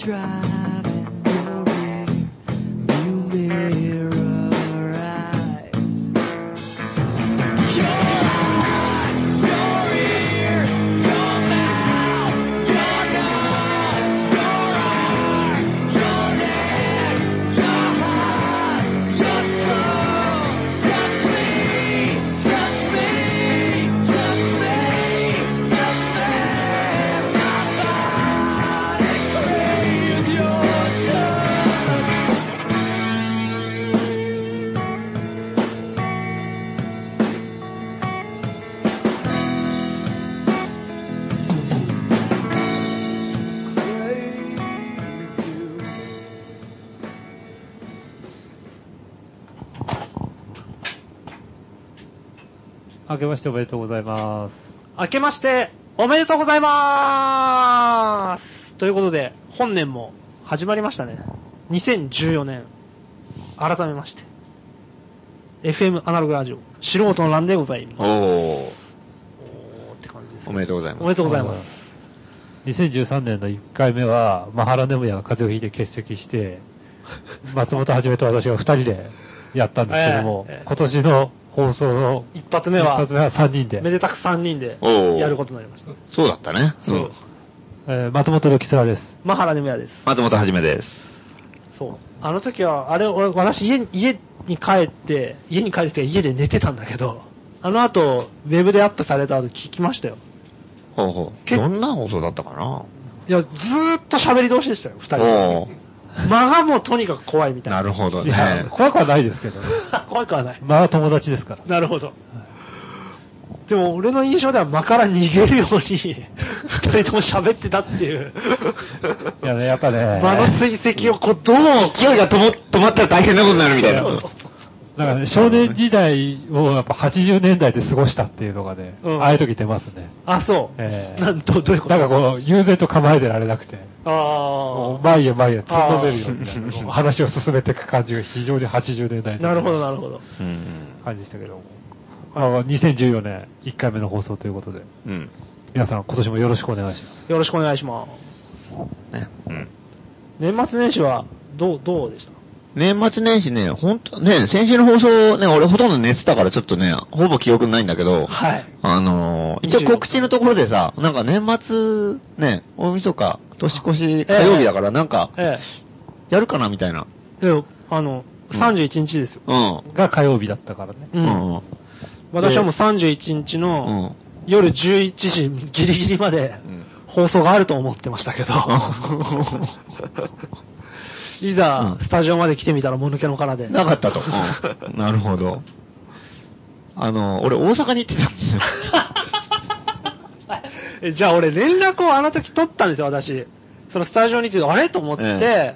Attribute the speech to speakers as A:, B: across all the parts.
A: driving movie, you mirror eyes. Your eye, your ear, your mouth, your nose, your arm, your leg, your heart, your soul. Just me, just me, just me, just me. My body craves your touch.
B: 明けましておめでとうございます。
C: 明けましておめでとうございまーす。ということで、本年も始まりましたね。2014年、改めまして。FM アナログラジオ、素人の欄でございます。
D: おー。
C: おーって感じです。
D: おめでとうございます。
C: おめでとうございます。
B: 2013年の1回目は、マハラネムヤが風邪をひいて欠席して、松本はじめと私が2人でやったんですけども、今年の放送の
C: 一発目は
B: 3人で。
C: めでたく3人でやることになりました。
D: そうだったね。
C: そう
B: 松本の木更です。
C: マハラネムヤです。
D: 松本はじめです。
C: そう。あの時は、私家に帰って家で寝てたんだけど、あの後、ウェブでアップされた後聞きましたよ。
D: ほうほう。どんな放送だったかな。
C: いや、ずーっと喋り通しでしたよ、二人
D: おー。
C: 間がもうとにかく怖いみたいな。
D: なるほど
B: いや
D: ね。
B: 怖くはないですけどね。
C: 怖くはない。
B: まあ友達ですから。
C: なるほど。でも俺の印象では間から逃げるように、二人とも喋ってたっていう。
B: いやね、やっぱね。
C: 間の追跡をこう、どう、
D: 勢いが止まったら大変なことになるみたいな。
B: なんかね、少年時代をやっぱ80年代で過ごしたっていうのがね、ああいう時出ますね。
C: あ、そう。なんと、どういうこと？
B: なんかこう、悠然と構えてられなくて。
C: ああ。
B: 前へ突っ込めるよみたいな話を進めていく感じが非常に80年代
C: なるほど、なるほど。
B: 感じでしたけども。2014年1回目の放送ということで。皆さん今年もよろしくお願いします。
C: よろしくお願いします。ね。年末年始はどうでした？
D: 年末年始ね、ほんと、ね、先週の放送ね、俺ほとんど寝てたからちょっとね、ほぼ記憶ないんだけど、
C: はい。
D: 一応告知のところでさ、なんか年末、ね、大晦日、年越し火曜日だからなんか、やるかなみたいな。
C: 31日ですよ。
B: が火曜日だったからね。
C: 私はもう31日の夜11時ギリギリまで放送があると思ってましたけど、いざ、スタジオまで来てみたらもぬけの殻で。
D: なかったと。なるほど。俺大阪に行ってたんですよ。
C: じゃあ俺連絡をあの時取ったんですよ、私。そのスタジオに行って、あれと思って、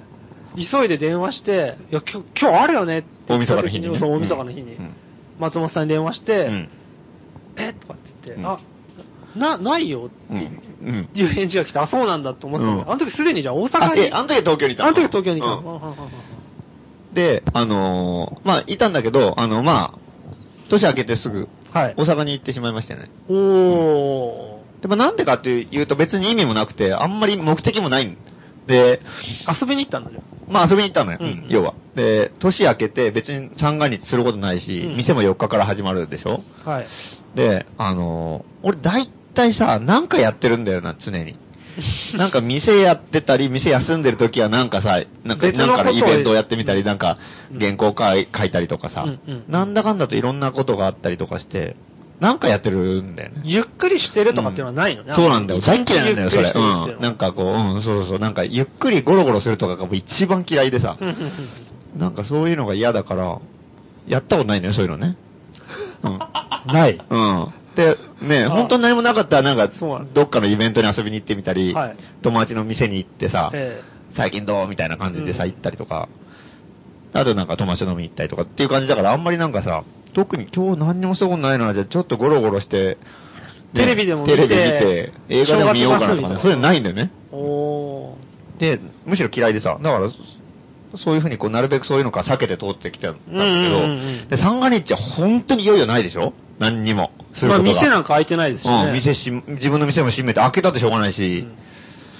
C: 急いで電話して、いや、今日あるよねって
D: 大晦日の日に。
C: そう、大晦日の日に。松本さんに電話して、とかって言って、ないよっていう返事が来て、あ、そうなんだと思って、あの時すでにじゃあ大阪に。
D: あの時東京にいた。
C: あの時東京にいた。
D: で、まあ、いたんだけど、まあ、年明けてすぐ、大阪に行ってしまいましたよね。でもなんでかっていうと別に意味もなくて、あんまり目的もないんで、
C: 遊びに行ったんだよ。
D: まあ遊びに行ったのよ、要は。で、年明けて別に三が日することないし、店も4日から始まるでしょ。
C: はい。
D: で、俺大体さ、なんかやってるんだよな、常に。なんか店やってたり、店休んでる時はなんかさ、なんかのイベントをやってみたり、なんか原稿書いたりとかさ、なんだかんだといろんなことがあったりとかして、なんかやってるんだよね。
C: ゆっくりしてるとかっていうのはないのね。
D: そうなんだよ。大嫌いなんだよ、それ。なんかこう、そう、なんかゆっくりゴロゴロするとかがもう一番嫌いでさ、なんかそういうのが嫌だから、やったことないのよ、そういうのね。
B: ない。
D: で、ね、本当に何もなかったら、なんか、どっかのイベントに遊びに行ってみたり、友達の店に行ってさ、最近どうみたいな感じでさ、行ったりとか、あとなんか友達と飲みに行ったりとかっていう感じだから、あんまりなんかさ、特に今日何にもしたことないなら、じゃあちょっとゴロゴロして、
C: テレビでも見て、
D: 映画でも見ようかなとかね、それないんだよね。で、むしろ嫌いでさ、だから、そういうふうにこう、なるべくそういうのから避けて通ってきたんだけど、で、三が日は本当にいよいよないでしょ？何にも。
C: まあ店なんか開いてないですしね。
D: 自分の店も閉めて開けたってしょうがないし、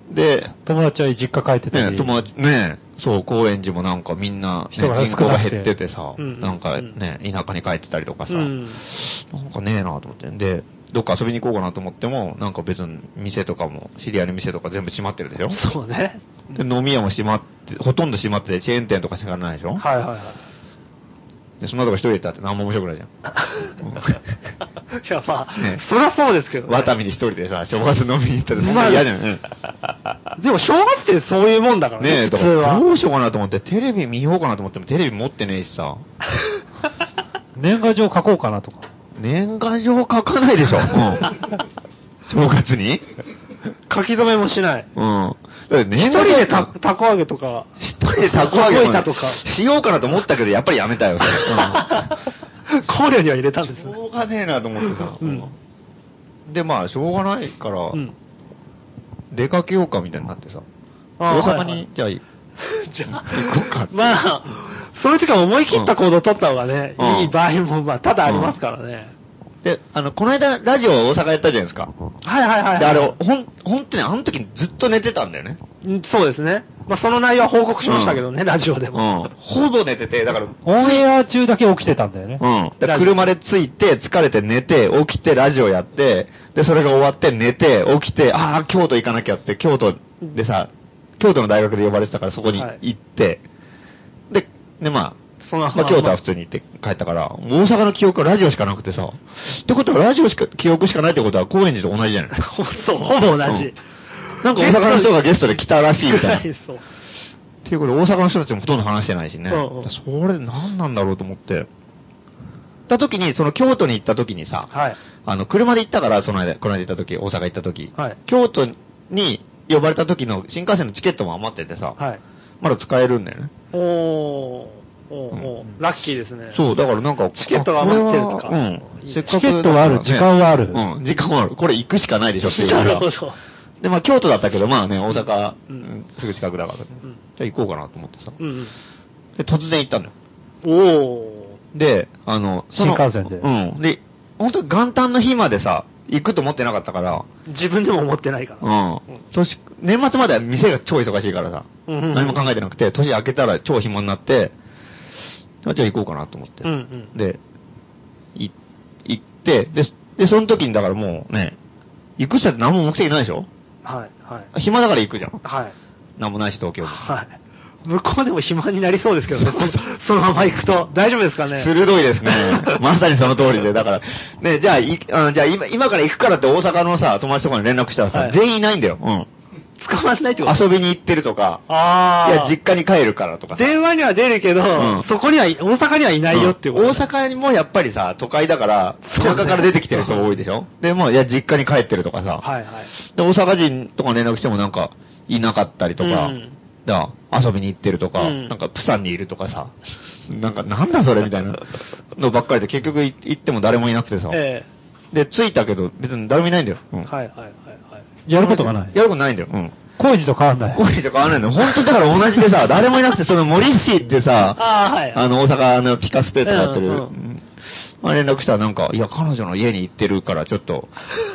D: で、
B: 友達は実家帰ってたり。
D: ね、友達、ね、そう、高円寺もなんかみんな、ね、
B: 人が
D: 人口が減っててさ、
C: うん
D: なんかね、田舎に帰ってたりとかさ、
C: うん
D: なんかねえなと思って。で、どっか遊びに行こうかなと思っても、なんか別に店とかも、知り合いの店とか全部閉まってるでしょ。
C: そうね。
D: で、飲み屋も閉まって、ほとんど閉まってて、チェーン店とかしかないでしょ。
C: はいはいはい。
D: で、そんなとこ一人で行ったって何も面白くないじゃん。
C: いや、まあ、
D: ね
C: そりゃそうですけど、ね。
D: ワタミに一人でさ、正月飲みに行ったらそん
C: まあ
D: な嫌じゃん。うん
C: でも、正月ってそういうもんだからね、
D: ねえ、だ
C: 普通は。
D: からどうしようかなと思って、テレビ見ようかなと思ってもテレビ持ってねえしさ。
B: 年賀状書こうかなとか。
D: 年賀状書かないでしょ。うん正月に
C: 書き留めもしない。
D: うん。だって年
C: 一
D: 賀状
C: 人でたこ揚げとか。
D: 一人でたこ揚げ
C: たこ板とか
D: しようかなと思ったけど、やっぱりやめたよ。それ
C: 考慮には入れたんですね。
D: しょうがねえなと思ってさ。
C: うん
D: で、まあ、しょうがないから、
C: うん。
D: 出かけようかみたいになってさ。
C: あ
D: 大阪に、
C: はいはい
D: じゃあ、
C: じゃあ、
D: 行こうかって。
C: まあ、そういう時は思い切った行動を取った方がね、
D: うん
C: いい場合も、まあ、多々ありますからね。
D: で、この間、ラジオ大阪やったじゃないですか。
C: はいはいはいはい。
D: で、あれ、ほんとね、あの時ずっと寝てたんだよね。
C: うんそうですね。まあ、その内容は報告しましたけどね、ラジオで
D: うん。
C: も。
D: ほぼ寝てて、だから、
B: オンエア中だけ起きてたんだよね。
D: うん。だから車で着いて、疲れて寝て、起きて、ラジオやって、で、それが終わって寝て、起きて、ああ、京都行かなきゃって、京都でさ、京都の大学で呼ばれてたからそこに行って、で、まあ、京都は普通に行って帰ったから、大阪の記憶はラジオしかなくてさ、ってことはラジオしか、記憶しかないってことは高円寺と同じじゃない
C: そう、ほぼ同じ。
D: なんか大阪の人がゲストで来たらしいみたいな。
C: そう。
D: っていうことで大阪の人たちもほとんど話してないしね。
C: うんうん
D: それ何なんだろうと思って。った時に、その京都に行った時にさ、
C: はい。
D: 車で行ったから、この間行った時、大阪行った時、
C: はい
D: 京都に呼ばれた時の新幹線のチケットも余っててさ、
C: はい。
D: まだ使えるんだよね。
C: おー、ラッキーですね。
D: そう、だからなんか、
C: チケットが余ってるとか
D: これはうん。せっかく
B: チケットはある、時間はある。
D: うん、時間はある。これ行くしかないでしょっていうか
C: なるほど。
D: で、まあ京都だったけど、まあね、大阪、
C: うん
D: すぐ近くだから、
C: ん
D: じゃあ行こうかなと思ってさ。
C: うんうん。
D: で、突然行ったんだよ。
C: おー。
D: で、
B: 新幹線で
D: うん。で、本当に元旦の日までさ、行くと思ってなかったから、
C: 自分でも思ってないから。
D: うん。年末までは店が超忙しいからさ、
C: うんうんうん
D: 何も考えてなくて、年明けたら超暇になって、じゃあ行こうかなと思って。
C: うんうん
D: で、行って、で、その時にだからもうね、行くっちゃって何も目的ないでしょ。
C: はい、はい。
D: 暇だから行くじゃん。
C: はい。
D: 何もないし、東京も。
C: はい。向こうでも暇になりそうですけどね、そのまま行くと。大丈夫ですかね。
D: 鋭いですね。まさにその通りで。だから、ね、じゃあ今から行くからって大阪のさ、友達とかに連絡したらさ、
C: はい
D: 全員いないんだよ。うん。
C: 捕まんないってこと
D: 遊びに行ってるとか、
C: ああ。
D: いや、実家に帰るからとかさ。
C: 電話には出るけど、
D: ん
C: そこには、大阪にはいないよっていうこと。
D: 大阪にもやっぱりさ、都会だから、
C: そうね
D: 田舎から出てきてる人が多いでしょ。で、もう、いや、実家に帰ってるとかさ。
C: はいはい。
D: で、大阪人とか連絡してもなんか、いなかったりとか、
C: うん
D: 遊びに行ってるとか、
C: うん
D: なんか、プサンにいるとかさ、なんか、なんだそれみたいなのばっかりで、結局行っても誰もいなくてさ。
C: え
D: で、着いたけど、別に誰もいないんだよ。うん
C: え。はいはいはいはい。
B: やることがない。
D: やることないんだよ。うん。
B: 高円寺と変わんない。
D: コリと変わらないんだよ。本当だから同じでさ、誰もいなくて、その森氏ってさ、
C: ああ、はい。
D: 大阪のピカスペースがやってる。
C: うんうん
D: うんまあ連絡したらなんか、いや、彼女の家に行ってるから、ちょっと、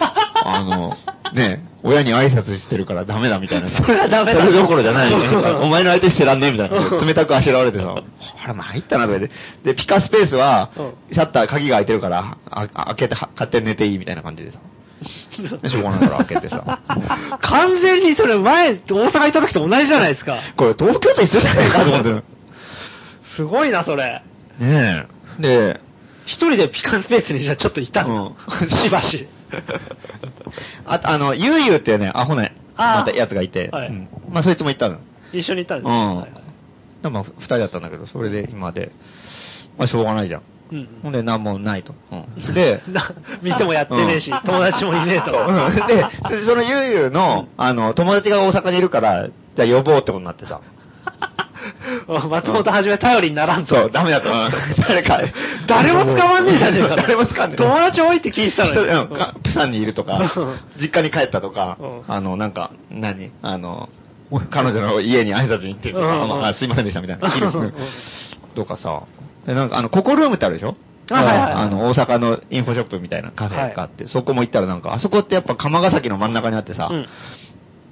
D: ね、親に挨拶してるからダメだみたいな。
C: それはダメだ
D: それどころじゃないよね。
C: うん
D: お前の相手してらんねえみたいな。
C: うん
D: 冷たくあしらわれてさ、あれ参ったなとか言って。で、ピカスペースは
C: う、
D: シャッター鍵が開いてるから、開けて、勝手に寝ていいみたいな感じでさ。しょうがないから開けてさ。
C: 完全にそれ前、大阪行った時と同じじゃないですか。
D: これ東京と一緒じゃないかと思ってる。
C: すごいな、それ。
D: ねえ。で、
C: 一人でピカンスペースにじゃあちょっといたの。しばし。
D: あと、ゆうゆうっていうね、アホな、
C: あー
D: またやつがいて、
C: はい
D: うんまあそいつも行ったの。
C: 一緒に行ったんです
D: うん。
C: はいはい
D: まあ二人だったんだけど、それで今で、まあしょうがないじゃん。
C: うん
D: ほんで、なんもないと。うんで、
C: 店もやってねえし、
D: うん
C: 友達もいねえと。
D: うんで、そのゆうゆうの、友達が大阪にいるから、じゃあ呼ぼうってことになってさ。
C: 松本はじめ頼りにならんと。
D: そう、ダメだと。誰か。
C: 誰も捕まんねえじゃねえか。
D: 誰も捕まんねえ。
C: 友達多いって聞いてたのに。
D: うんプサンにいるとか
C: うん、
D: 実家に帰ったとか
C: う、
D: なんか、彼女の家に挨拶に行ってるとか、
C: うん
D: まあすいませんでしたみたいな。いる
C: うん
D: とかさ、でなんかココルームってあるでしょ
C: はいはいはい
D: 大阪のインフォショップみたいなカフェがあって、そこも行ったらなんか、あそこってやっぱ釜ヶ崎の真ん中にあってさ、
C: うん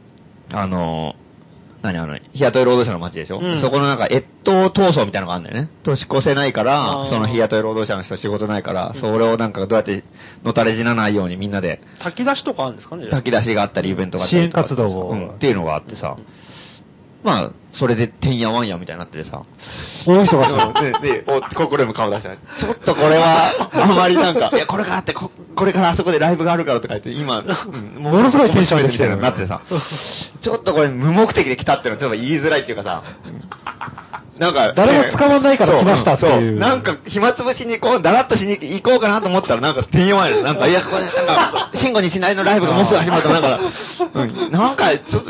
D: 日雇い労働者の街でしょ、
C: うん
D: そこのなんか越冬闘争みたいなのがあるんだよね。年越せないから、その日雇い労働者の人仕事ないから、それをなんかどうやってのたれ死なないようにみんなで、
C: 炊き出しとかあるんですかね
D: 炊き出しがあったり、イベントがあったりとか。
B: 支援活動を
D: っていうのがあってさ、まあ、それでてんやわんやみたいになっててさ、
B: 大人が
D: で、心にも顔出して、ちょっとこれは、あまりなんか、いや、これからって、これからあそこでライブがあるからとか言って、今、
B: ものすごいテンションで来てる
D: みたいになってさ、ちょっとこれ無目的で来たってのはちょっと言いづらいっていうかさ、なんか、
B: 誰も捕まんないから来ましたっていう
D: そう、なんか、暇つぶしにだらっとしに行こうかなと思ったら、なんか、てんやわんやなんか、いや、これ、なんか、慎吾西成のライブがもうすぐ始まると、なんか、なんか、ちょっと、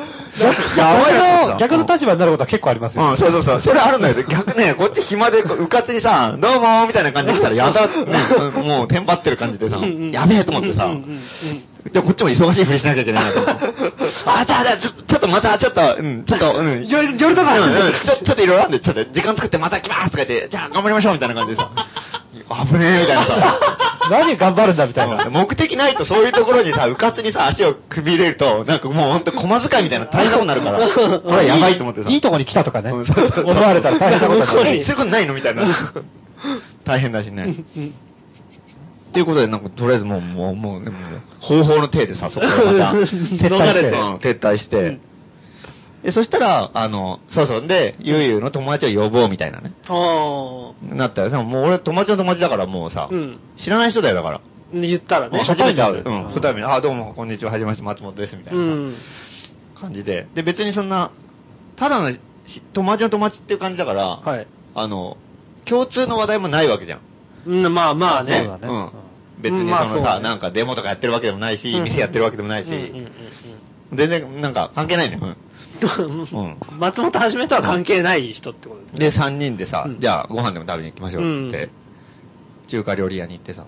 B: 逆の立場になることは結構ありますよ。
D: そう。それあるんだよ。逆ね、こっち暇で、うかつにさ、どうもーみたいな感じで来たら、やだね、もう、テンパってる感じでさ、やべえと思ってさ、で、こっちも忙しいふりしなきゃいけないなと思って。じゃあ、ちょっとまた、夜とか、
C: ちょっ
D: といろいろあるんで、ちょっと時間作ってまた来ますとか言って、じゃあ頑張りましょうみたいな感じでさ、危ねえみたいなさ。
B: 何頑張るんだみたいな。
D: 目的ないとそういうところにさ、うかつにさ、足をくび入れると、なんかもうほんと駒遣いみたいな大変なことになるから、これはやばいと思ってさ。
B: いいとこに来たとかね。思われたら大変なことになる。
D: そういうことないのみたいな。大変だしね。っていうことで、なんか、とりあえずもう、方法の手でさ、そこからまた、撤退して、で、そしたら、そう、で、ゆうゆうの友達を呼ぼうみたいなね。なったよ。でももう俺友達の友達だからもうさ、知らない人だよだから。
C: 言ったらね。
D: 初めて会う。初対面で、どうも、こんにちは、はじめまして、松本です、みたいな感じで。で、別にそんな、ただの友達の友達っていう感じだから、共通の話題もないわけじゃん。
C: まあね。
B: そうだね。
D: 別にそのさ、なんかデモとかやってるわけでもないし、店やってるわけでもないし、全然なんか関係ないのよ。
C: 松本はじめとは関係ない人ってことですね。
D: で、3人でさ、じゃあご飯でも食べに行きましょうっつって、中華料理屋に行ってさ。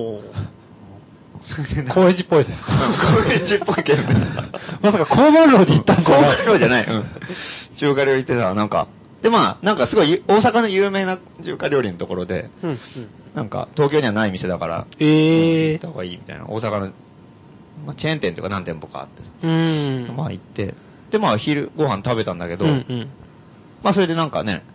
B: 高円寺っぽいです。
D: 高円寺っぽいけどね。
B: まさか交番楼に行ったんじゃない？
D: 交番楼じゃない。中華料理行ってさ、なんか、でまあ、なんかすごい大阪の有名な中華料理のところで、なんか東京にはない店だから、行った方がいいみたいな。大阪の、まあ、チェーン店とか何店舗かあって。まあ行って、でまあ昼ご飯食べたんだけど、まあそれでなんかね、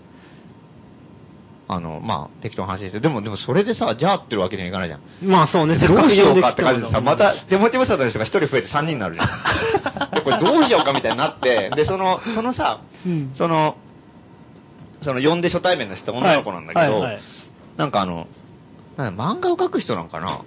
D: まあ適当な話して、でもそれでさ、じゃあってるわけにはいかないじゃん。
C: まあそうね、
D: どうしようかって感じでさ、また手持ち無沙汰の人が1人増えて3人になるじゃん。でこれどうしようかみたいになって、でそのさ、その呼んで初対面の人、女の子なんだけど、なんか漫画を描く人なんかな。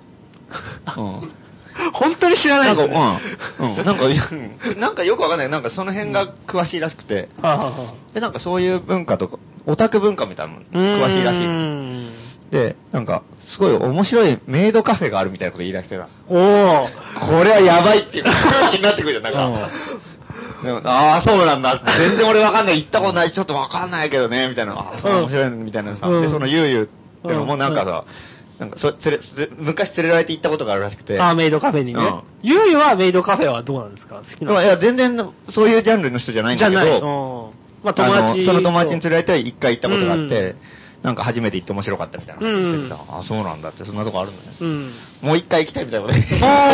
C: 本当に知らないですね。
D: なんかよくわかんない。なんかその辺が詳しいらしくて、でなんかそういう文化とかオタク文化みたいなの詳しいらしい。でなんかすごい面白いメイドカフェがあるみたいなこと言い出してた。これはやばいっていう空気になってくるじゃん。なんかそうなんだ。全然俺わかんない。行ったことない。ちょっとわかんないけどねみたいな。そう面白いみたいなさ。でそのゆうゆうってのもなんかさ。なんか昔連れられて行ったことがあるらしくて。
C: メイドカフェにね。ゆうゆうはメイドカフェはどうなんですか？好きなの？
D: いや、全然そういうジャンルの人じゃないんだけど、
C: まあ友達。
D: その友達に連れられて一回行ったことがあって、なんか初めて行って面白かったみたいな話しててさ、そうなんだって、そんなとこあるんだね。もう一回行きたいみたいなことで。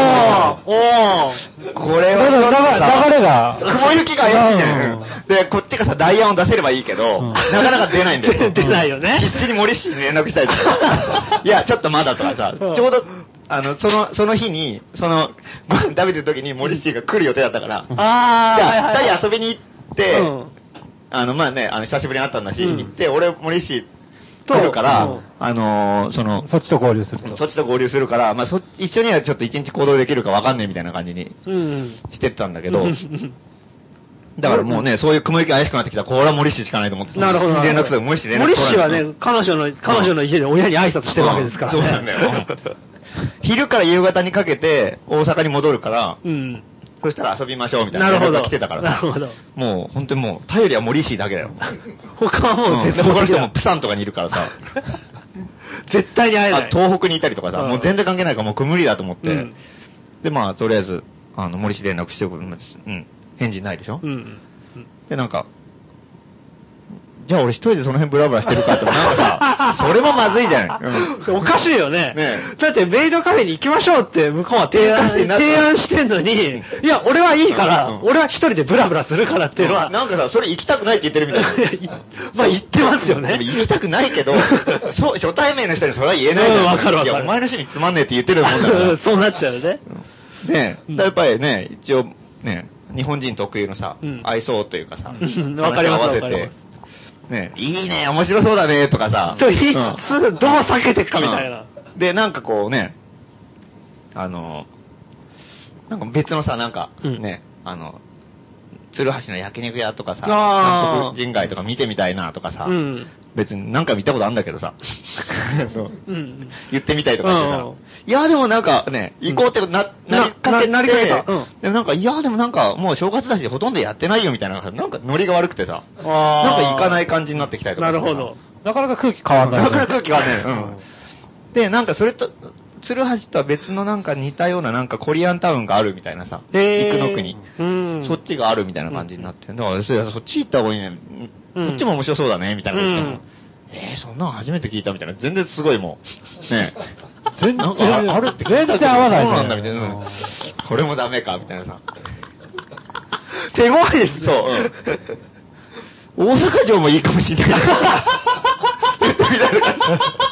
D: これは、
B: 流れが。
D: 雲行きが怪しいじゃん。で、こっちがさ、ダイヤを出せればいいけど、なかなか出ないんだよ。
C: 出ないよね。
D: 必死に森氏に連絡したりとか。いや、ちょっとまだとかさ、ちょうど、その日に、ご飯食べてる時に森氏が来る予定だったから、じゃあ、二人遊びに行って、まあね、久しぶりに会ったんだし、行って、俺、森氏、来るから、
B: そっちと合流すると。
D: そっちと合流するから、まあ一緒にはちょっと一日行動できるかわかんねえみたいな感じにしてったんだけど、だからもうね、そういう雲行き怪しくなってきたら、これは森氏しかないと思って。
C: なるほど。
D: 連絡する森氏連絡
C: 森氏はね、彼女の家で親に挨拶してるわけですからね。
D: そうなんだよ。昼から夕方にかけて大阪に戻るから、そしたら遊びましょうみたいな連絡が来てたからさ。もう本当にもう、頼りは森氏だけだよ。
C: 他はもう
D: 絶対他の人もプサンとかにいるからさ。
C: 絶対に会えない。
D: 東北にいたりとかさ、もう全然関係ないからもう無理だと思って。で、まあ、とりあえず、森氏連絡しておく。返事ないでしょで、なんか、 じゃあ俺一人でその辺ブラブラしてるかって、なんかさ、それもまずいじゃない。うん。
C: おかしいよね。
D: ね
C: だってメイドカフェに行きましょうって向こうは提案してんのに、いや、俺はいいから、俺は一人でブラブラするからっていうのは。
D: なんかさ、それ行きたくないって言ってるみたいな。
C: まあ言ってますよね。
D: 行きたくないけど、そう、初対面の人にそれは言えないじゃん。
C: わかるわかる。
D: いや、お前の趣味つまんねえって言ってるもんだから。
C: そうなっちゃうね。
D: ねえ、やっぱりね、一応、ね、日本人特有のさ、愛想というかさ、
C: わかりますわかります。
D: ね、いいね、面白そうだね、とかさ。
C: と言いつつ、どう避けてっかみたいな。
D: で、なんかこうね、なんか別のさ、なんか、ね、鶴橋の焼肉屋とかさ、韓国人街とか見てみたいなとかさ、別に何回見たことあるんだけどさ、言ってみたいとか言ってさ、いやでもなんかね、行こうってなりかけて、でもなんか、いやでもなんかもう正月だしほとんどやってないよみたいなさ、なんかノリが悪くてさ、なんか行かない感じになってきたりとか。
C: なるほど。
B: なかなか空気変わんない。
D: なかなか空気変わんない。うん。で、なんかそれと、鶴橋とは別のなんか似たようななんかコリアンタウンがあるみたいなさ、生野区に。そっちがあるみたいな感じになって。だからそっち行った方がいいね。そっちも面白そうだね、みたいなこと言っても。そんなの初めて聞いたみたいな。全然すごいもう。ね
B: 全然
D: あるって
B: 全然合わない。
D: そうなんだ、みたいな。これもダメか、みたいなさ。
C: 手強いですね。
D: そう。大阪城もいいかもしれない。みたいな感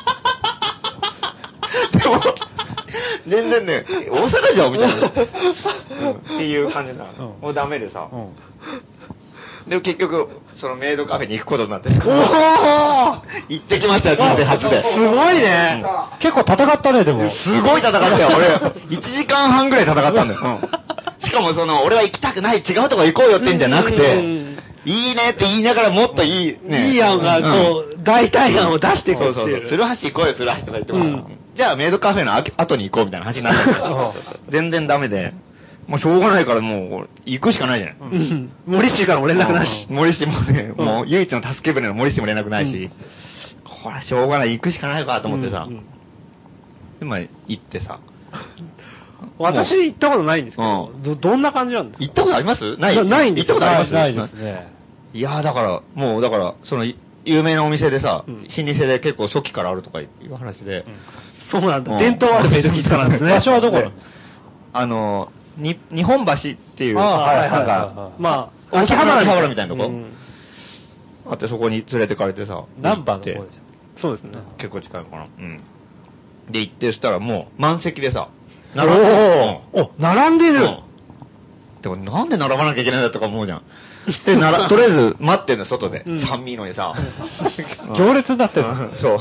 D: じ。でも、全然ね、大阪城みたいな。っていう感じなの。もうダメでさ。でも結局、そのメイドカフェに行くことになって。行ってきましたよ、人生初で。
C: すごいね。
B: 結構戦ったね、でも。
D: すごい戦ったよ、俺。1時間半ぐらい戦ったんだよ。しかも俺は行きたくない、違うとこ行こうよってんじゃなくて、いいねって言いながらもっといい、
C: ね。いい案が、こう、代替案を出していくっていう。
D: そう。鶴橋行こうよ、鶴橋とか言っても、じゃあメイドカフェの後に行こうみたいな話になったんですよ。全然ダメで。もうしょうがないからもう、行くしかないじゃん。
C: 森氏からも連絡なし。
D: 森氏もね、もう唯一の助け舟の森氏も連絡ないし、これはしょうがない、行くしかないかと思ってさ。で、まあ、行ってさ。
C: 私行ったことないんですけど、どんな感じなんですか？
D: 行ったことありますない
C: んです。
D: 行ったことあります
B: ないですね。
D: いやだから、もうだから、その、有名なお店でさ、老舗で結構初期からあるとかいう話で。
C: そうなんだ。伝統あるメイド喫茶なんですね。
B: 場所はどこなんですか？
D: 日本橋っていう、なんか、
C: まあ、
D: 秋葉原みたいなとこあって、そこに連れてかれてさ。
B: 何番の方ですか？
C: そうですね。
D: 結構近いのかな。で、行って、したらもう、満席でさ、
C: 並んでる。並んでる。
D: でもなんで並ばなきゃいけないんだとか思うじゃん。で、とりあえず待ってんの、外で。寒いのにさ。
B: 行列になってる。
D: そう。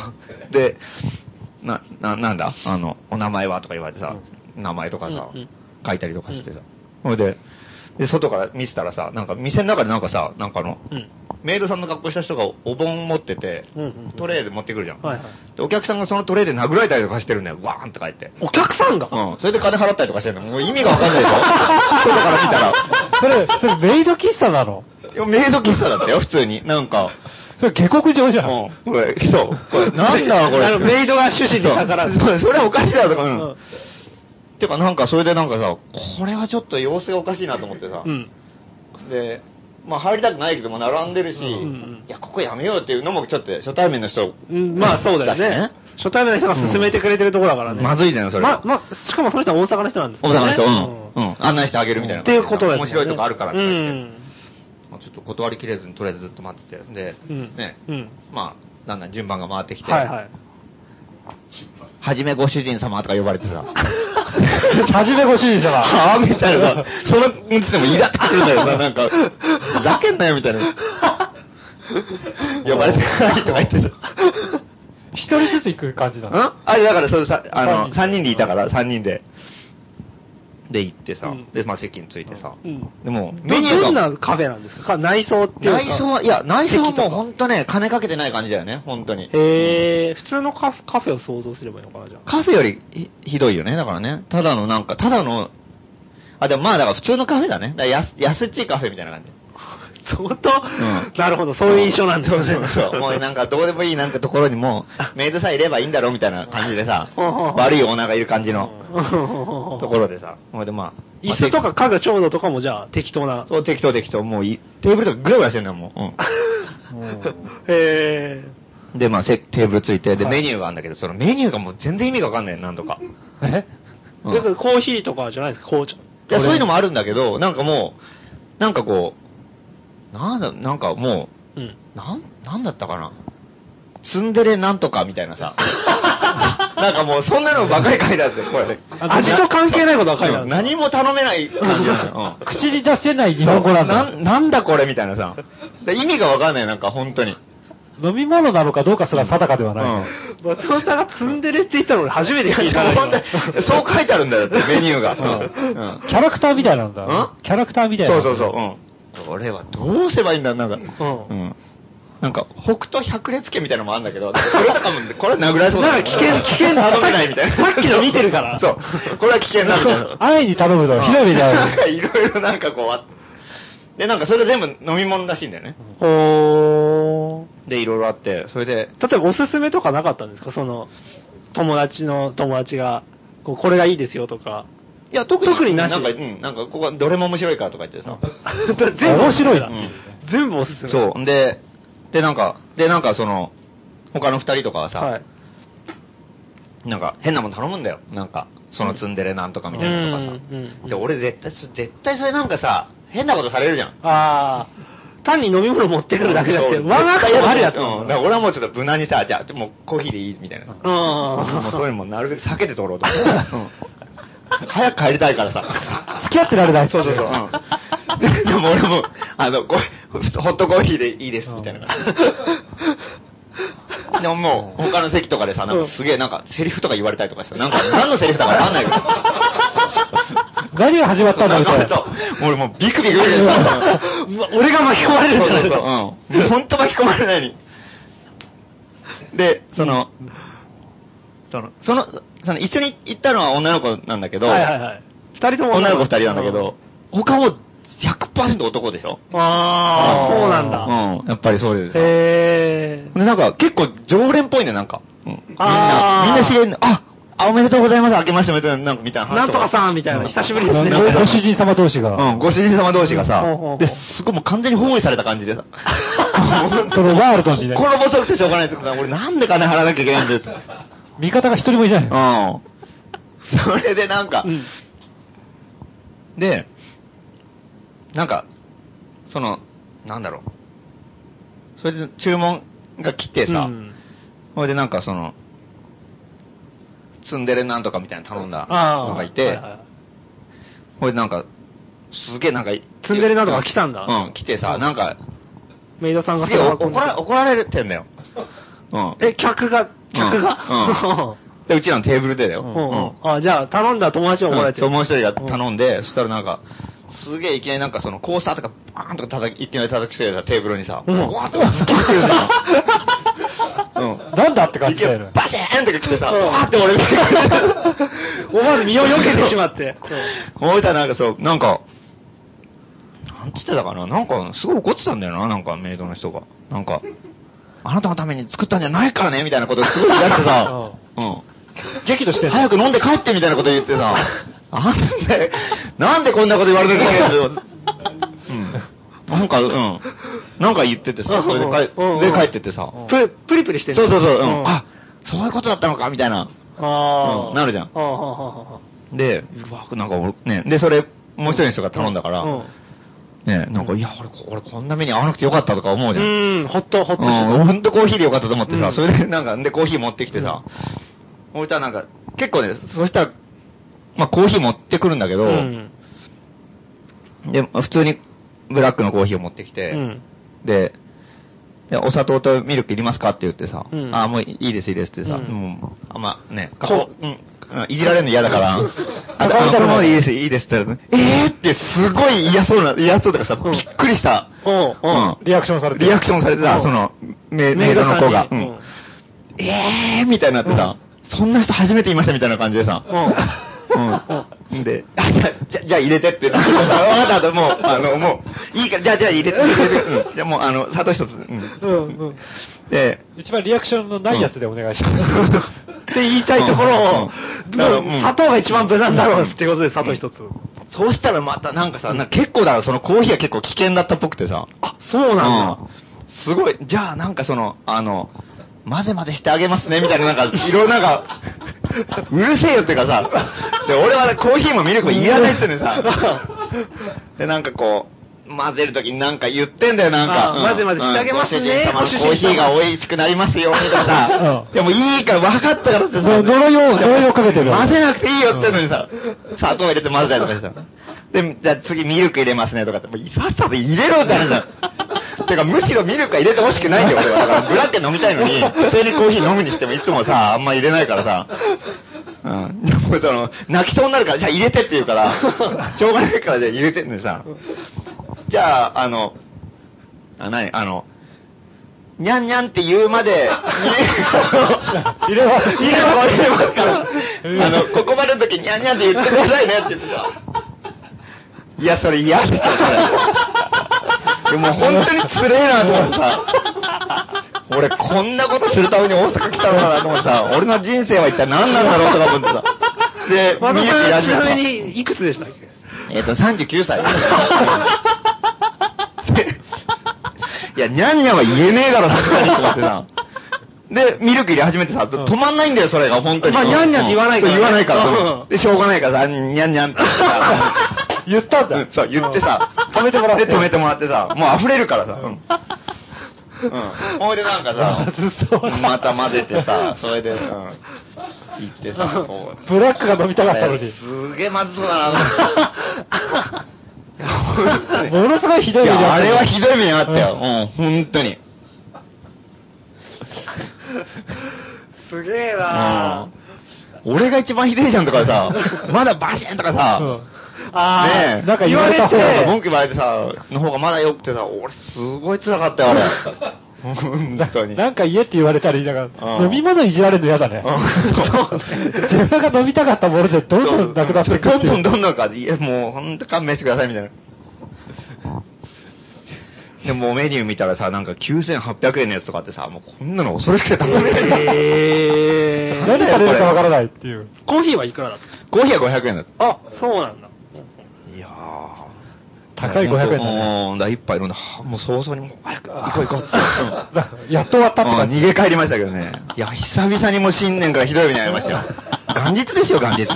D: で、なんだお名前はとか言われてさ、名前とかさ、書いたりとかしてさ。ほいで、外から見てたらさ、なんか店の中でなんかさ、なんかメイドさんの格好した人がお盆持ってて、トレーで持ってくるじゃん。で、お客さんがそのトレーで殴られたりとかしてるんだよ、わーんって書いて。
C: お客さんが？
D: それで金払ったりとかしてるの。もう意味がわかんないでしょ外から見たら。
B: それメイド喫茶なの？
D: いや、メイド喫茶だったよ、普通に。なんか。
B: それ下克上じゃん。
D: これ、そう。これ、なんだろう、これ。
C: メイドが趣旨に逆らう。
D: それおかしいだろ、とか。てか、なんか、それでなんかさ、これはちょっと様子がおかしいなと思ってさ。で、まあ入りたくないけども並んでるし、いや、ここやめようっていうのもちょっと初対面の人、
C: まあそうだよね。初対面の人が勧めてくれてるところだからね。
D: まずいじゃん、それ。
C: まあ、しかもその人は大阪の人なんです
D: よね。大阪の人、案内してあげるみたいな。
C: っていうことですね。
D: 面白いとこあるからって言って。ちょっと断りきれずにとりあえずずっと待ってて。で、ね、まあ、だんだん順番が回ってきて。はじめご主人様とか呼ばれてさ。
B: はじめご主人様。
D: はぁみたいなさ、そのうちでもイラってくるんだよな、なんか、ふざけんなよみたいな。呼ばれてないとか言ってさ。
B: 一人ずつ行く感じなの？
D: あれだから、そうさ、3人でいたから、3人で。で行ってさ、で、まあ席についてさ。でも、
C: メニューがどんなカフェなんですか？内装っていうか。
D: 内装は、いや、内装はもうほんとね、金かけてない感じだよね、ほんとに。
C: 普通のカフェを想像すればいいのかな、じゃあ。
D: カフェよりひどいよね、だからね。ただの、でもまあだから普通のカフェだね。だから安っちいカフェみたいな感じ。
C: 相当、なるほど、そういう印象なんですよね。
D: そう。もうなんかどうでもいいなんかところにもメイドさえいればいいんだろうみたいな感じでさ、悪いオーナーがいる感じのところでさ、ほいでまあ。
C: 椅子とか家具調度とかもじゃあ適当な。
D: そう、適当。もうテーブルとかグラグラしてんだよ、もう。 で、まあ、テーブルついて、で、
C: はい
D: メニューがあるんだけど、そのメニューがもう全然意味がわかんない、なんとか。
B: え
D: うん
C: だからコーヒーとかじゃないですか、紅茶。
D: いや、そういうのもあるんだけど、なんかもう、なんかこう、なんかも
C: うん。
D: う、なんだったかな。ツンデレなんとかみたいなさ。なんかもうそんなのばっかり書いてあって、これ。
C: 味と関係ないことが書いてある。
D: 何も頼めない感じだよ。うん
B: 口に出せない日本語なんだ。
D: なんだこれみたいなさ。で意味がわかんない、なんか本当に。
B: 飲み物なのかどうかすら定かではない。
C: 松本さんがツンデレって言ったの俺初めて聞いた
D: 本当にそう書いてあるんだよって、メニューが。
B: キャラクターみたいなんだ。
D: うん
B: キャラクターみたいな。
D: そうそうそう。うん。これはどうすればいいんだ、なんか。
C: うん
D: なんか、北斗百裂拳みたいなのもあるんだけど、それとかも、これは殴られそうだ
C: なんか危険
D: 頼めないみたいな。
C: さっきの見てるから
D: そう。これは危険だみたいな。
B: 安易に頼むとひどい目に遭
D: なんか
B: う。
D: いろいろなんかこうあって。で、なんかそれが全部飲み物らしいんだよね。
C: ほ
D: で、いろいろあって、それで、
C: 例えばおすすめとかなかったんですかその、友達が、これがいいですよとか。
D: いや、特に
C: なし
D: なんか、なんか、ここはどれも面白いからとか言ってさ。
C: 全部
B: 面白いな。
C: 全部おすすめ。
D: そう。で、なんかその、他の二人とかはさ、
C: はい。
D: なんか変なもん頼むんだよ。なんか、そのツンデレなんとかみたいなのとかさ。
C: うん
D: で、俺絶対それなんかさ、変なことされるじゃん。
C: ああ、単に飲み物持ってくるだけじゃなくて、ワンアクションあるやつ。
D: だから俺はもうちょっと無難にさ、じゃあ、もうコーヒーでいいみたいな。もうそういうのもなるべく避けて取ろうと思って。早く帰りたいからさ。
B: 付き合ってられない。
D: そうそうそう。でも俺も、ホットコーヒーでいいです、みたいな感じ。でももう、他の席とかでさ、なんかすげえ、なんか、セリフとか言われたりとかして、なんか、何のセリフだかわかんないけど。
B: 何が始まったんだみたいな。
D: 俺もうビクビクしてさ、
C: 俺が巻き込まれるんじゃないか。
D: うん。ほんと巻き込まれないに。で、一緒に行ったのは女の子なんだけど、
C: はいはいはい。二人とも
D: 女の子二人なんだけど、他も100% 男でしょ。
C: ああ、そうなんだ。
D: うん。やっぱりそうです。
C: へ
D: で、なんか結構常連っぽいね、なんか。みん
C: あー
D: な知り合いの、おめでとうございます、明けましておめでとう、なんかみたいな話
C: なんとかさんみたいな、久しぶりですね。
B: ご主人様同士が。
D: うん、ご主人様同士がさ
C: ほうほうほう、
D: で、すごいもう完全に包囲された感じでさ。
B: そのワールドにね。
D: 心細くてしょうがないってさ、俺なんで金払わなきゃいけないんだよって。
B: 味方が一人もいない。
D: うん。それでなんか、
C: うん
D: で、なんか、なんだろう。それで注文が来てさ、
C: うん
D: それでなんかツンデレなんとかみたいなの頼んだ
C: ああ
D: のがいて、
C: はいはい
D: それでなんか、すげえなんか、
C: ツンデレなんとか来たんだ
D: うん、来てさ、なんか、
C: メイドさんが
D: すげえ怒られてんだよ。うん。
C: 客が
D: で、うちらのテーブルでだよ。
C: うんあ、じゃあ頼んだ友達に怒られてる。
D: そう、もう一人が頼んで、そしたらなんか、すげえいきなりなんかコースターとかバーンとかいきなり叩きつけてさ、テーブルにさ、
C: うん
D: わーってすっげえ来るじゃん。
B: なんだって感じだよね。
D: バシーンとか来てさ、
C: うん
D: わーって俺見て
C: 思わず身を避けてしまって。
D: 思ったらなんかそう、なんか、なんつってたかな、なんかすごい怒ってたんだよな、なんかメイドの人が。なんか、あなたのために作ったんじゃないからね、みたいなことすごい言い出してさ、
B: 激怒してる。
D: 早く飲んで帰ってみたいなこと言ってさ、なんでこんなこと言われなきゃいけないんだよ。なんか言っててさ、それで帰ってってさ、
C: プリプリしてる。
D: そうそうそう、
C: ん
D: そういうことだったのか、みたいな、
C: ああ。
D: なるじゃん。で、うわ、なんか俺ね、で、それ、もう一人の人が頼んだから、ね、なんか、いや、俺こんな目に遭わなくてよかったとか思うじゃん。
C: ほっとして
D: ほんとコーヒーでよかったと思ってさ、
C: うん
D: それでなんか、で、コーヒー持ってきてさ、俺したらなんか、結構ね、そしたら、まあコーヒー持ってくるんだけど、で、普通にブラックのコーヒーを持ってきて、で、お砂糖とミルクいりますかって言ってさ、もういいですってさ、もう、あんまね、いじられるの嫌だから、これもいいですって言ったら、ってすごい嫌そうだからさ、びっくりした。
B: リアクションされて。
D: リアクションされてた、その、メイドの子が。みたいになってさ、そんな人初めていましたみたいな感じでさ、で、じゃあ入れてってなってさ、わかったもう、いいから、じゃあ入れて、じゃあもう、砂糖一つ。で、
B: 一番リアクションのないやつでお願いします。
C: って言いたいところを、砂糖が一番無難だろうってことで砂糖一つ。
D: そうしたらまたなんかさ、結構だからそのコーヒーは結構危険だったっぽくてさ。
C: あ、そうなんだ。
D: すごい、じゃあなんか混ぜ混ぜしてあげますね、みたいな、なんか、いろいろなんか、うるせえよっていうかさ、で、俺はコーヒーもミルクもいらないってねさ、で、なんかこう、混ぜるときになんか言ってんだよ、なんか。
C: 混ぜ混ぜしてあげますね。
D: ご主人様のコーヒーが美味しくなりますよ、みたいなさ。でもいいから分かったからってさ。
B: 呪いをかけてる。
D: 混ぜなくていいよってのにさ、砂糖入れて混ぜたりとかしてさ。で、じゃあ次ミルク入れますねとかって、もうさっさと入れろって話だ。てか、むしろミルクは入れてほしくないんだよ、俺は。だからブラッケ飲みたいのに、普通にコーヒー飲むにしてもいつもさ、あんま入れないからさ。うん。でも泣きそうになるから、じゃあ入れてって言うから、しょうがないからじゃあ入れてんのにさ。じゃあ、にゃんにゃんって言うまで、入れますから、ここまでの時にゃんにゃんって言ってくださいねって言ってさ。いや、それ嫌でしょ、それ。もう本当につれえなと思ってさ。俺こんなことするために大阪来たのかなと思ってさ、俺の人生は一体何なんだろうとか思ってさ。で、
C: まだちなみにいくつでしたっけ
D: ？39歳。いや、にゃんにゃんは言えねえだろ、さすがにと思ってさ。で、ミルク入れ始めてさ、止まんないんだよ、それが、本当に。
C: まあ、にゃんにゃんって言わないから。
D: 言わないから。で、しょうがないからさ、にゃんにゃんって
B: 言ったんだ。
D: そう、言ってさ、
B: 止めてもらって。
D: で、止めてもらってさ、もう溢れるからさ。ほいでなんかさ、また混ぜてさ、それで、行ってさ、
B: ブラックが飲みたかったのに。
D: すげえまずそうだな。
B: ものすごいひどい目に
D: あった。あれはひどい目にあったよ。本当に。
C: すげえな
D: 俺が一番ひどいじゃんとかさ、まだバシーンとかさ、
B: ねえ、なんか言われた方が、
D: 文句言われてさ、の方がまだ良くてさ、俺すごい辛かったよ、あれ。本当に。
B: なんか言えって言われたり、なんか、飲み物いじられるの嫌だね。自分が飲みたかったものじゃどんどんなくなってくる。
D: どんどんか、いやもうほんと勘弁してくださいみたいな。でもメニュー見たらさ、なんか9800円のやつとかってさ、もうこんなの恐ろしくて頼めない。
B: 何されるかわからないっていう。
C: コーヒーはいくらだった
D: コーヒーは500円だった。
C: あ、そうなんだ。
D: いやー。
B: 高い500円だね。
D: 一杯飲んで、もう早々にもう早く行こう行こうって。
B: やっと終わったって感じ。
D: 逃げ帰りましたけどね。いや、久々にもう新年からひどい目に遭いましたよ。元日ですよ、元日。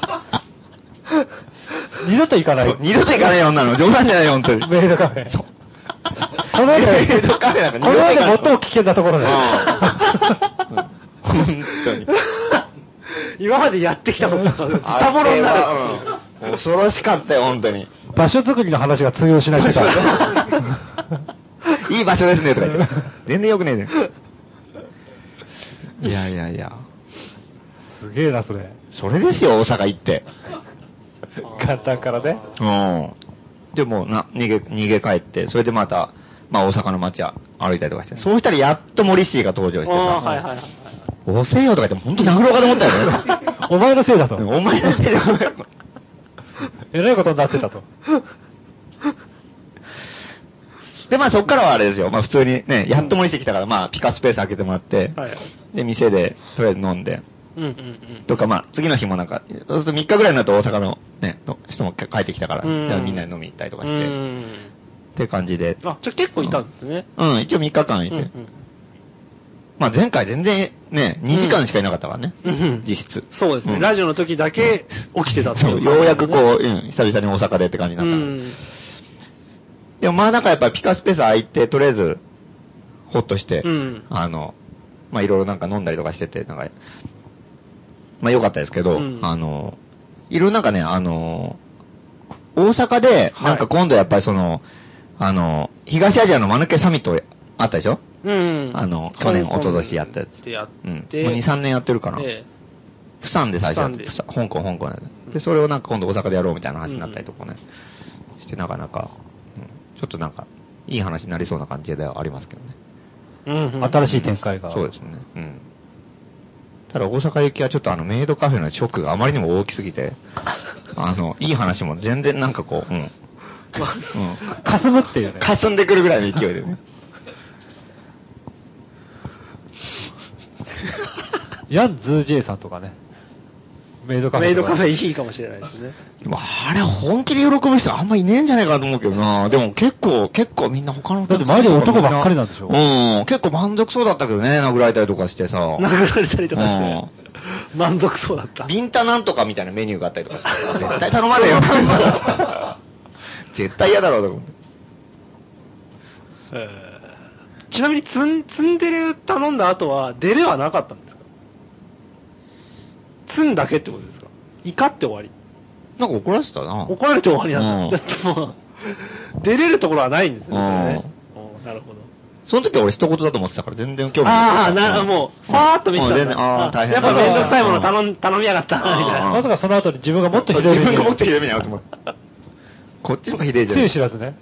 B: 二度と行かない。
D: 二度と行かないよ、女の。冗談じゃないよ、本当に。
B: メイドカフェ。
D: そう。
B: この世で
D: メイドカフェなんか
B: この世で最も危険なところだよ。
D: 本当に。
C: 今までやってきたことが、ズタボロになる。
D: 恐ろしかったよ、本当に。
B: 場所作りの話が通用しないってさ。
D: いい場所ですね、とか言って。全然良くねえね。いやいやいや。
B: すげえな、それ。
D: それですよ、大阪行って。
B: 簡単からね。
D: でも逃げ帰って、それでまた、まあ大阪の街歩いたりとかして。そうしたらやっとモリッシーが登場してさ。押せよとか言って、ほんと殴ろうかと思ったよね。
B: お前のせいだと。
D: お前のせいだと。
B: えらいことになってたと。
D: で、まあそっからはあれですよ。まあ普通にね、やっとモリッシー来たから、まあピカスペース開けてもらって、で、店でとりあえず飲んで、とかまあ次の日もなんか、そうすると3日ぐらいになると大阪のね、人も帰ってきたから、じゃあみんなで飲みに行ったりとかして、って感じで。
C: あ、じゃあ結構いたんですね。
D: 一応3日間いて。まあ前回全然ね、2時間しかいなかったからね。実質。
C: そうですね。ラジオの時だけ起きてたっていう。
D: ようやくこう、久々に大阪でって感じになった。でもまあなんかやっぱピカスペース空いて、とりあえず、ほっとして、まあいろいろなんか飲んだりとかしてて、なんか、まあ良かったですけど、いろいろなんかね、大阪で、なんか今度やっぱりその、東アジアのマヌケサミットあったでしょ？去年、一昨年やったやつ。もう2、3年やってるかな。プサンで最初やって、香港で、それをなんか今度大阪でやろうみたいな話になったりとかね、してなかなか、ちょっとなんか、いい話になりそうな感じではありますけどね。
B: 新しい展開が。
D: そうですね。ただ大阪行きはちょっとメイドカフェのショックがあまりにも大きすぎて、いい話も全然なんかこう、
B: 霞むっていうね。
D: 霞んでくるぐらいの勢いでね。
B: ヤン・ズージェイさんとかね。 メイドカフェ。
C: メイドカフェいいかもしれないですね。
D: でもあれ本気で喜ぶ人あんまいねえんじゃないかなと思うけどな。でも結構みんな他の
B: だって周り男ばっかりなんでしょ。
D: うん。結構満足そうだったけどね、殴られたりとかしてさ。
C: 殴られたりとかして。満足そうだった。
D: ビンタなんとかみたいなメニューがあったりとかして。絶対頼まねえよ。絶対嫌だろうと思って。
C: ちなみにツンデレ頼んだ後はデレはなかったんですか？ツンだけってことですか？怒って終わり。
D: なんか怒らせたな。
C: 怒られて終わりなんだ。だってもう、出れるところはないんですよね。なるほど。
D: その時は俺一言だと思ってたから全然興味
C: ない。もう、ファーっと見てた。
D: 全然、大変だ。
C: やっぱめんどくさいもの頼みやがった、みたいな。
B: まさかその後に自分がもっとひどい目に。
D: 自分がもっとひどい目に遭うと思う。こっちの方がひどいじゃん。
B: つゆ知らずね。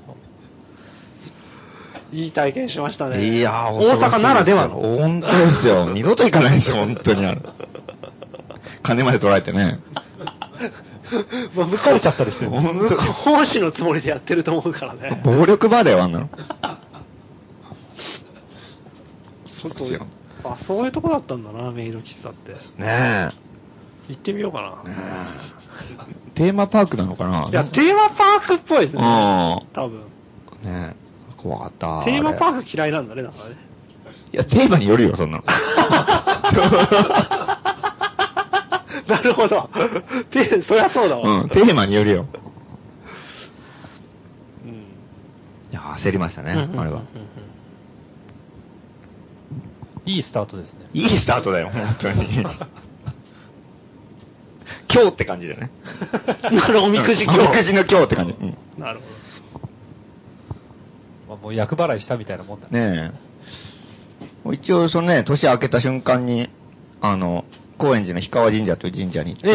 C: いい体験しましたね。
D: いやー、
C: 大阪ならではの。
D: 本当ですよ。二度と行かないですよ、本当に。金まで取られてね。
B: 疲れちゃったりしてる。
C: 奉仕のつもりでやってると思うからね。
D: 暴力バーだよ、あんなの。
C: そうですよ。そういうとこだったんだな、メイド喫茶って。
D: ねえ。
C: 行ってみようかな。
D: テーマパークなのかな？
C: いや、テーマパークっぽいですね。多分。
D: ねえ。怖かった。
C: テーマパーク嫌いなんだね、だからね。
D: いや、テーマによるよ、そんなの。
C: なるほど。そりゃそうだわ。
D: うん、テーマによるよ。いや、焦りましたね、あれは。
B: いいスタートですね。
D: いいスタートだよ、本当に。今日って感じだよね。
C: なるおみくじ今日。
D: おみくじの今日って感じ。
C: なるほ
B: ど。もう厄払いしたみたいなもんだ
D: ね。え。一応、そのね、年明けた瞬間に、高円寺の氷川神社という神社に行って、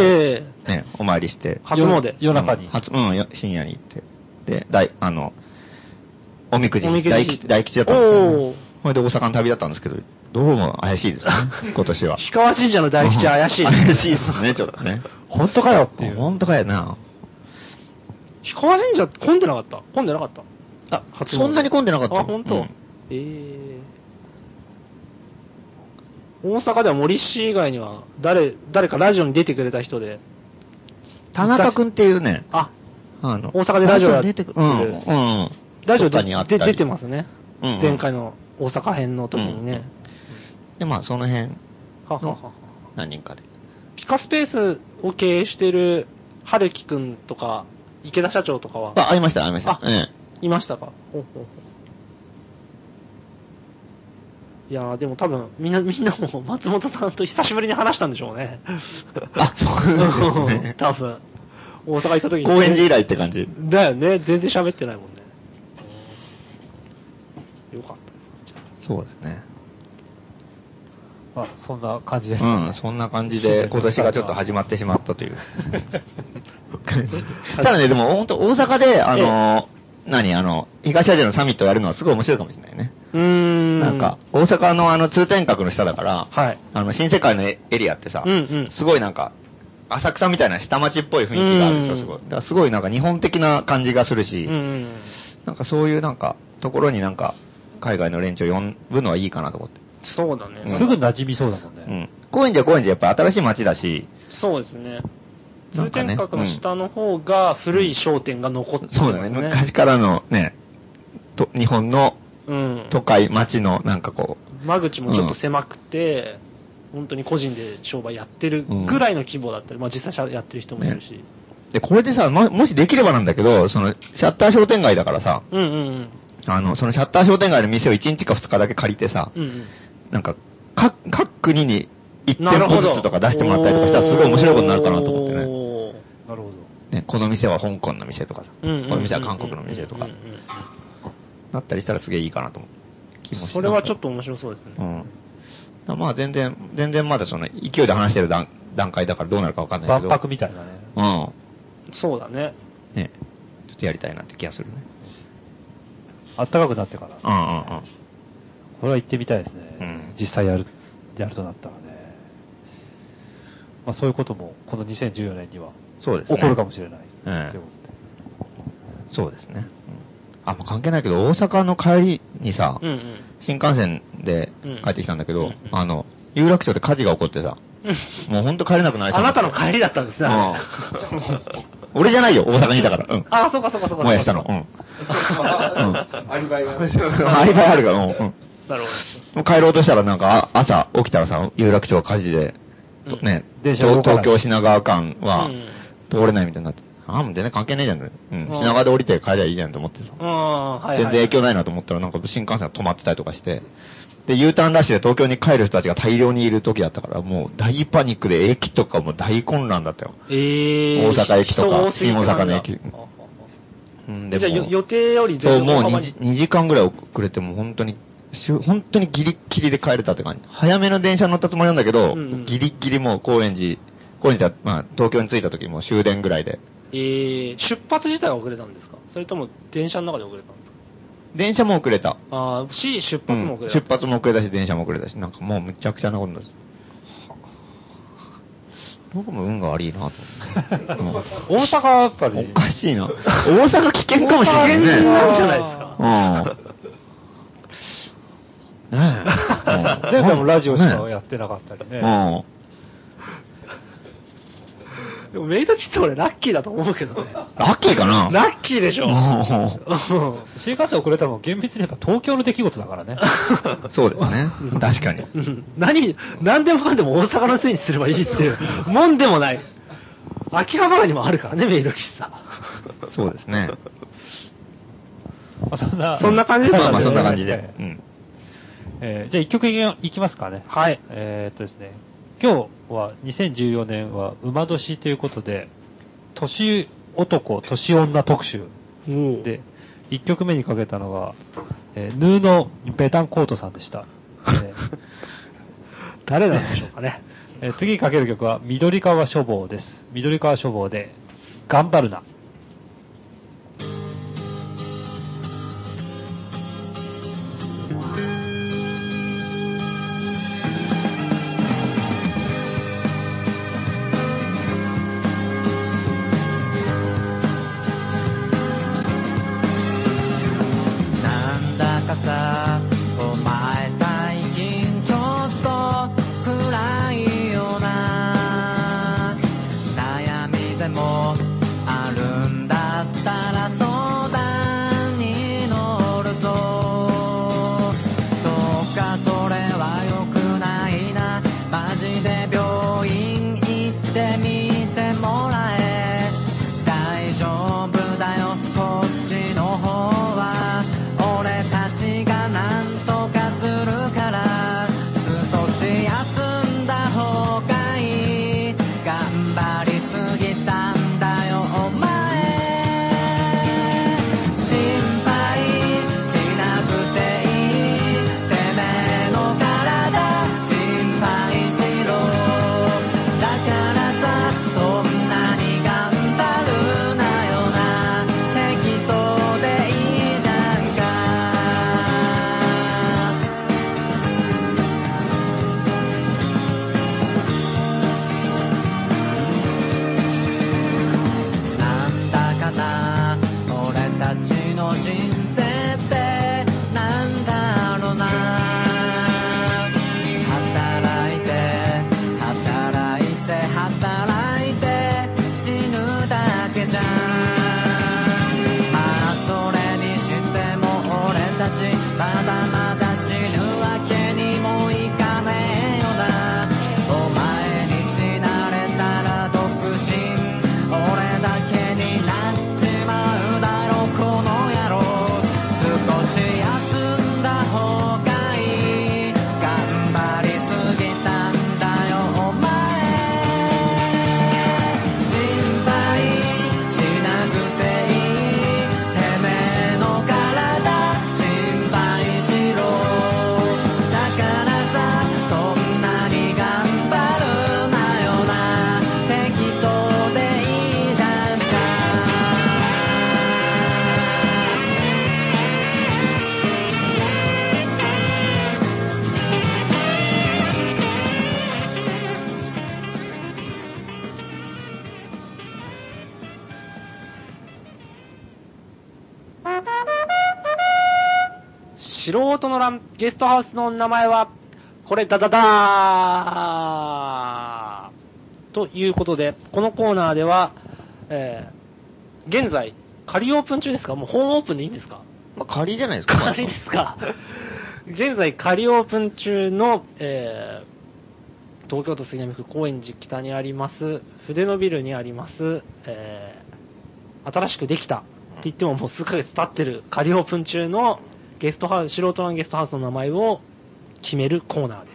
D: ね、お参りして。
C: 初詣。
B: 夜中に。
D: 深夜に行って。で、おみくじ、大吉だったんですよ。それで大阪の旅だったんですけど、どうも怪しいですね、今年は。
C: 氷川神社の大吉は怪しい。
D: 怪しいですね、ちょっとね。
B: 本当かよっていう。
D: 本当かよな。
C: 氷川神社混んでなかった？
D: そんなに混んでなかった。
C: 本当。大阪では森氏以外には、誰かラジオに出てくれた人で。
D: 田中くんっていうね。
C: 大阪でラジオやってる。ラジオで出てますね。前回の大阪編の時にね。
D: で、まあ、その辺の何人かで。
C: ピカスペースを経営している春樹くんとか、池田社長とかは。
D: 会いました。
C: いましたか。いやー、でも多分、みんなも松本さんと久しぶりに話したんでしょうね。
D: そうですね。
C: 多分。大阪行った時に。
D: 高円寺以来って感じ。
C: だよね。全然喋ってないもんね。よかった。
D: そうですね。
B: そんな感じですね。
D: そんな感じで、今年がちょっと始まってしまったという。ただね、でも本当大阪で、東アジアのサミットをやるのはすごい面白いかもしれないね。なんか、大阪の通天閣の下だから、新世界のエリアってさ、すごいなんか、浅草みたいな下町っぽい雰囲気があるでしょ、すごい。だからすごいなんか日本的な感じがするし、なんかそういうなんか、ところになんか、海外の連中を呼ぶのはいいかなと思って。
C: そうだね。
B: すぐ馴染みそうだもんね。
D: 高円寺は高円寺やっぱ新しい街だし。
C: そうですね。通天閣の下の方が古い商店が残ってますね。
D: そうだね。昔からのね、日本の都会、街のなんかこ
C: う。間口もちょっと狭くて、本当に個人で商売やってるぐらいの規模だったり、まあ実際やってる人もいるし。
D: で、これでさ、もしできればなんだけど、シャッター商店街だからさ、そのシャッター商店街の店を1日か2日だけ借りてさ、なんか、各国に1店舗ずつとか出してもらったりとかしたらすごい面白いことになるかなと思ってね。
B: なるほど。
D: ね、この店は香港の店とかさ、この店は韓国の店とか、なったりしたらすげえいいかなと思う気もします。
C: それはちょっと面白そうですね。
D: まあ全然まだその勢いで話してる段階だからどうなるかわかんないけど。
B: 万博みたいなね。
C: そうだね。
D: ね、ちょっとやりたいなって気がするね。
B: あったかくなってから。これは行ってみたいですね。実際やるとなったらね。まあそういうこともこの2014年には起こるかもしれない。
D: そうですね。まあ関係ないけど、大阪の帰りにさ、新幹線で帰ってきたんだけど、有楽町で火事が起こってさ、 もうほんと帰れなくなりそう
C: あなたの帰りだったんですね。
D: 俺じゃないよ、大阪にいたから。うん。
C: あ、そうかそうかそうか。
D: 燃やしたの。うん。
E: アリバイが。
D: アリバイあるから、うん。
C: なるほ
D: もう帰ろうとしたらなんか、朝起きたらさ、有楽町火事で、ね、
B: 電車動かない
D: 東京品川間は
C: うん
D: 通れないみたいになって。ああ、もう全然関係ねえじゃん。うん。品川で降りて帰りゃいいじゃんと思ってさ。
C: ど。はい。
D: 全然影響ないなと思ったら、なんか新幹線が止まってたりとかして、で、U ターンラッシュで東京に帰る人たちが大量にいる時だったから、もう大パニックで駅とかも大混乱だったよ。大阪駅とか、新大阪の駅。うん
C: じゃあ予定より
D: そう、もう
C: 大幅に
D: 2時間ぐらい遅れて、もう本当にギリッギリで帰れたって感じ。早めの電車に乗ったつもりなんだけど、ギリッギリもう高円寺は、まあ、東京に着いた時もう終電ぐらいで。
C: 出発自体は遅れたんですか？それとも電車の中で遅れたんですか？
D: 電車も遅れた。
C: 出発も遅れた。
D: 出発も遅れたし、電車も遅れたし、なんかもうむちゃくちゃなことです。僕も運が悪いなと思って。
B: 大阪はやっぱり。
D: おかしいな。大阪危険かもしれないね。
C: 危険なんじゃないですか。
D: ねえ。
B: 前回もラジオしかやってなかったりね。
C: でもメイドキッズ俺ラッキーだと思うけどね。
D: ラッキーかな？
C: ラッキーでしょ。
B: 新幹線遅れたのも厳密に言えば東京の出来事だからね。
D: そうですね。確かに。
C: 何でもかんでも大阪のせいにすればいいっていうもんでもない。秋葉原にもあるからね、メイド喫茶。
D: そうですね。
C: そんな感じですかね。
D: まあそんな感じで。
B: じゃあ一曲いきますかね。
C: はい。
B: ですね。今日は2014年は馬年ということで、年男、年女特集で、1曲目にかけたのが、ヌーのベタンコートさんでした。
C: 誰なんでしょうかね。
B: 次にかける曲は緑川書房です。緑川書房で、頑張るな。
C: 素人のゲストハウスの名前は、 これだだだーということで、このコーナーでは、現在、仮オープン中ですか？もう本オープンでいいんですか？
D: まあ、仮じゃないですか。
C: 仮ですか。現在、仮オープン中の、東京都杉並区高円寺北にあります、筆のビルにあります、新しくできたって言ってももう数ヶ月経ってる仮オープン中のゲストハウス、素人のゲストハウスの名前を決めるコーナー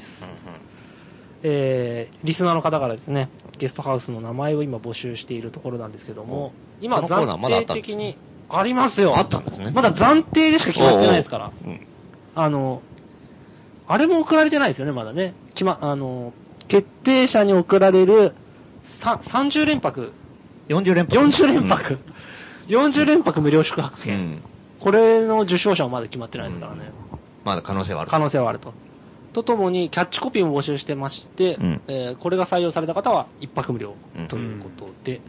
C: です。リスナーの方からですね、ゲストハウスの名前を今募集しているところなんですけども、今
D: このコーナーまだあった
C: 暫定的にありますよ。
D: あったんですね。
C: まだ暫定でしか決まってないですから。
D: おうおううん
C: あれも送られてないですよね、まだね。決定者に送られる30連泊。
D: 40連泊。
C: 40連泊。40連泊無料宿泊
D: う
C: 券。
D: ん。
C: これの受賞者はまだ決まってないですからね。
D: まだ可能性はある。
C: 可能性はあると。とともに、キャッチコピーも募集してまして、
D: うん
C: これが採用された方は1泊無料ということで、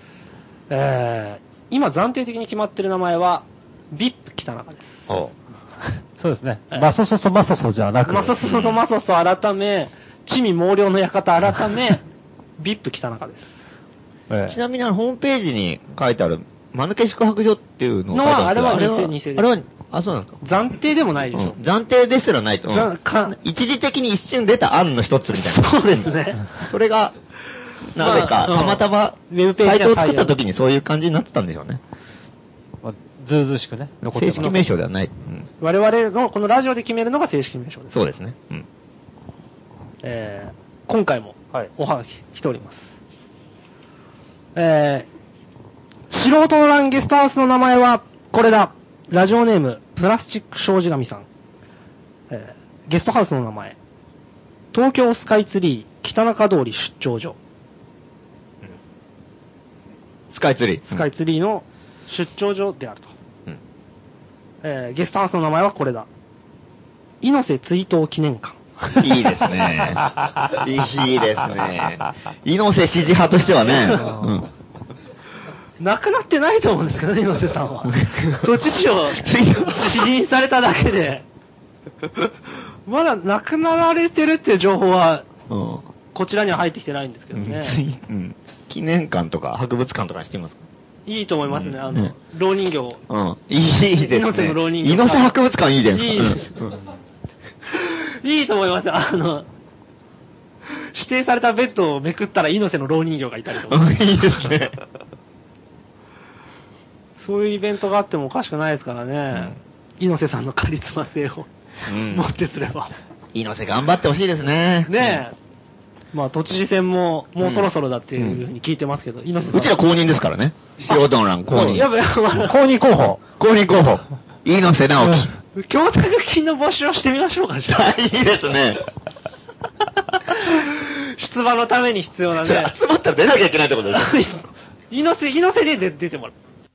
C: 今暫定的に決まってる名前は、VIP 北中です。
D: おう
B: そうですね。マソソソマソソじゃなく。
C: マソソソマソソ改め、地味毛量の館改め、VIP 北中です。
D: ちなみにホームページに書いてある、間抜け宿泊所っていうのを書いて
C: あれは
D: あるん
C: 偽です。
D: あれは、あ、そうなんですか。
C: 暫定でもないでしょ。
D: 暫定ですらないと。一時的に一瞬出た案の一つみたいな。
C: そうですね。
D: それが、なぜか、たまたま、
C: ウェブページ
D: サイトを作った時にそういう感じになってたんでしょうね。
B: ずうずうしくね、残ってます。
D: 正式名称ではない。
C: 我々のこのラジオで決めるのが正式名称です。
D: そうですね。
C: 今回もおはがき来ております。素人のランゲストハウスの名前はこれだ。ラジオネームプラスチック障子神さん。ゲストハウスの名前、東京スカイツリー北中通り出張所。
D: スカイツリー。
C: スカイツリーの出張所であると。ゲストハウスの名前はこれだ。猪瀬追悼記念館。
D: いいですね。いいですね。猪瀬支持派としてはね。
C: 亡くなってないと思うんですけどね、猪瀬さんは。都知事を辞任されただけで。まだ亡くなられてるっていう情報は、こちらには入ってきてないんですけどね。
D: 記念館とか博物館とかしてますか？
C: いいと思いますね、蝋人形。
D: いいですね。
C: 猪瀬の蝋人形。
D: 猪瀬博物館いいです。
C: いいと思います。指定されたベッドをめくったら猪瀬の蝋人形がいたりとか。
D: いいですね。
C: そういうイベントがあってもおかしくないですからね。猪瀬さんのカリスマ性を持ってすれば。
D: 猪瀬頑張ってほしいですね。
C: ねえ。まあ、都知事選ももうそろそろだっていうふうに聞いてますけど、猪瀬さん。
D: うちら公認ですからね。素人の欄公認。
C: やばい、
B: 公認候補。
D: 公認候補。猪瀬直樹。
C: 供託金の募集をしてみましょうか、じゃあ。
D: いいですね。
C: 出馬のために必要なね。
D: 集まったら出なきゃいけないってことです。
C: 猪瀬で出てもらう。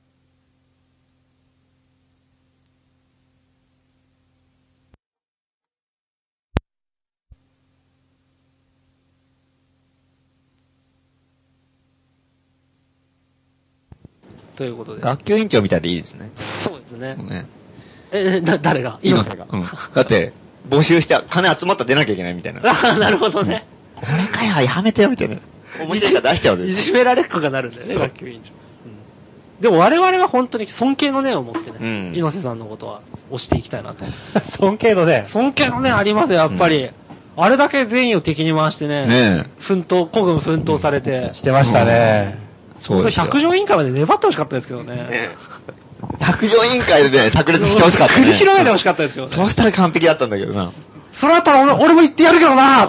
C: ということで。
D: 学級委員長みたいでいいですね。
C: そうですね。
D: ね
C: 誰が
D: 猪瀬が。だって、募集して金集まったら出なきゃいけないみたいな。
C: ああ、なるほどね。
D: これかよ、やめてよ、みたいな。面白いから出しちゃうで
C: いじめられっ子がなるんだよね、学級委員長。でも我々は本当に尊敬の念を持ってね、猪瀬さんのことは推していきたいなと。
B: 尊敬の念
C: ありますよ、やっぱり。あれだけ全員を敵に回してね、古軍奮闘されて。
B: してましたね。
C: そうです。百条委員会まで粘ってほしかったですけどね。
D: 百条委員会で炸裂してほしかったね。
C: 繰り広げてほしかったですけどね。
D: そうしたら完璧だったんだけどな。
C: それだったら俺も言ってやるけどな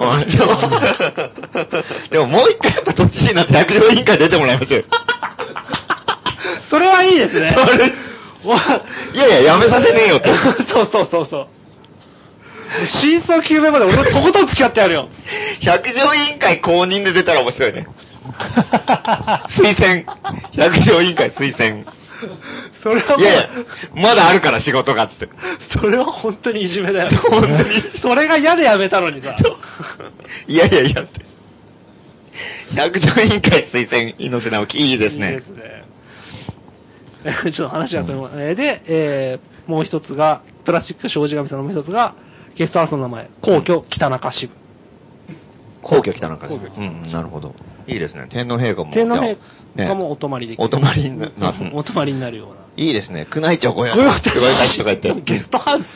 D: でももう一回やっぱ都知事になって百条委員会出てもらいましょうよ。
C: それはいいですね。
D: いやいや、やめさせねえよって。
C: そう。真相究明まで俺とことん付き合ってやるよ。
D: 百条委員会公認で出たら面白いね。推薦。百条委員会推薦。
C: それはもう。
D: いやいや、まだあるから仕事がって。
C: それは本当にいじめだよ。
D: 本当に。
C: それが嫌でやめたのにさ。
D: いやって。百条委員会推薦、猪瀬直樹、いいですね。
C: いいですね。ちょっと話がそれも、で、もう一つが、プラスチック障子神さんのもう一つが、 ゲストハウスの名前、皇居北中支部。
D: 皇居北中市。うん、なるほど。いいですね。天皇陛下も。
C: 天皇陛下もお泊まりできる。
D: お泊まりになる。
C: お泊まりになるような。
D: いいですね。宮内庁御用達とか言って。
C: ゲストハウス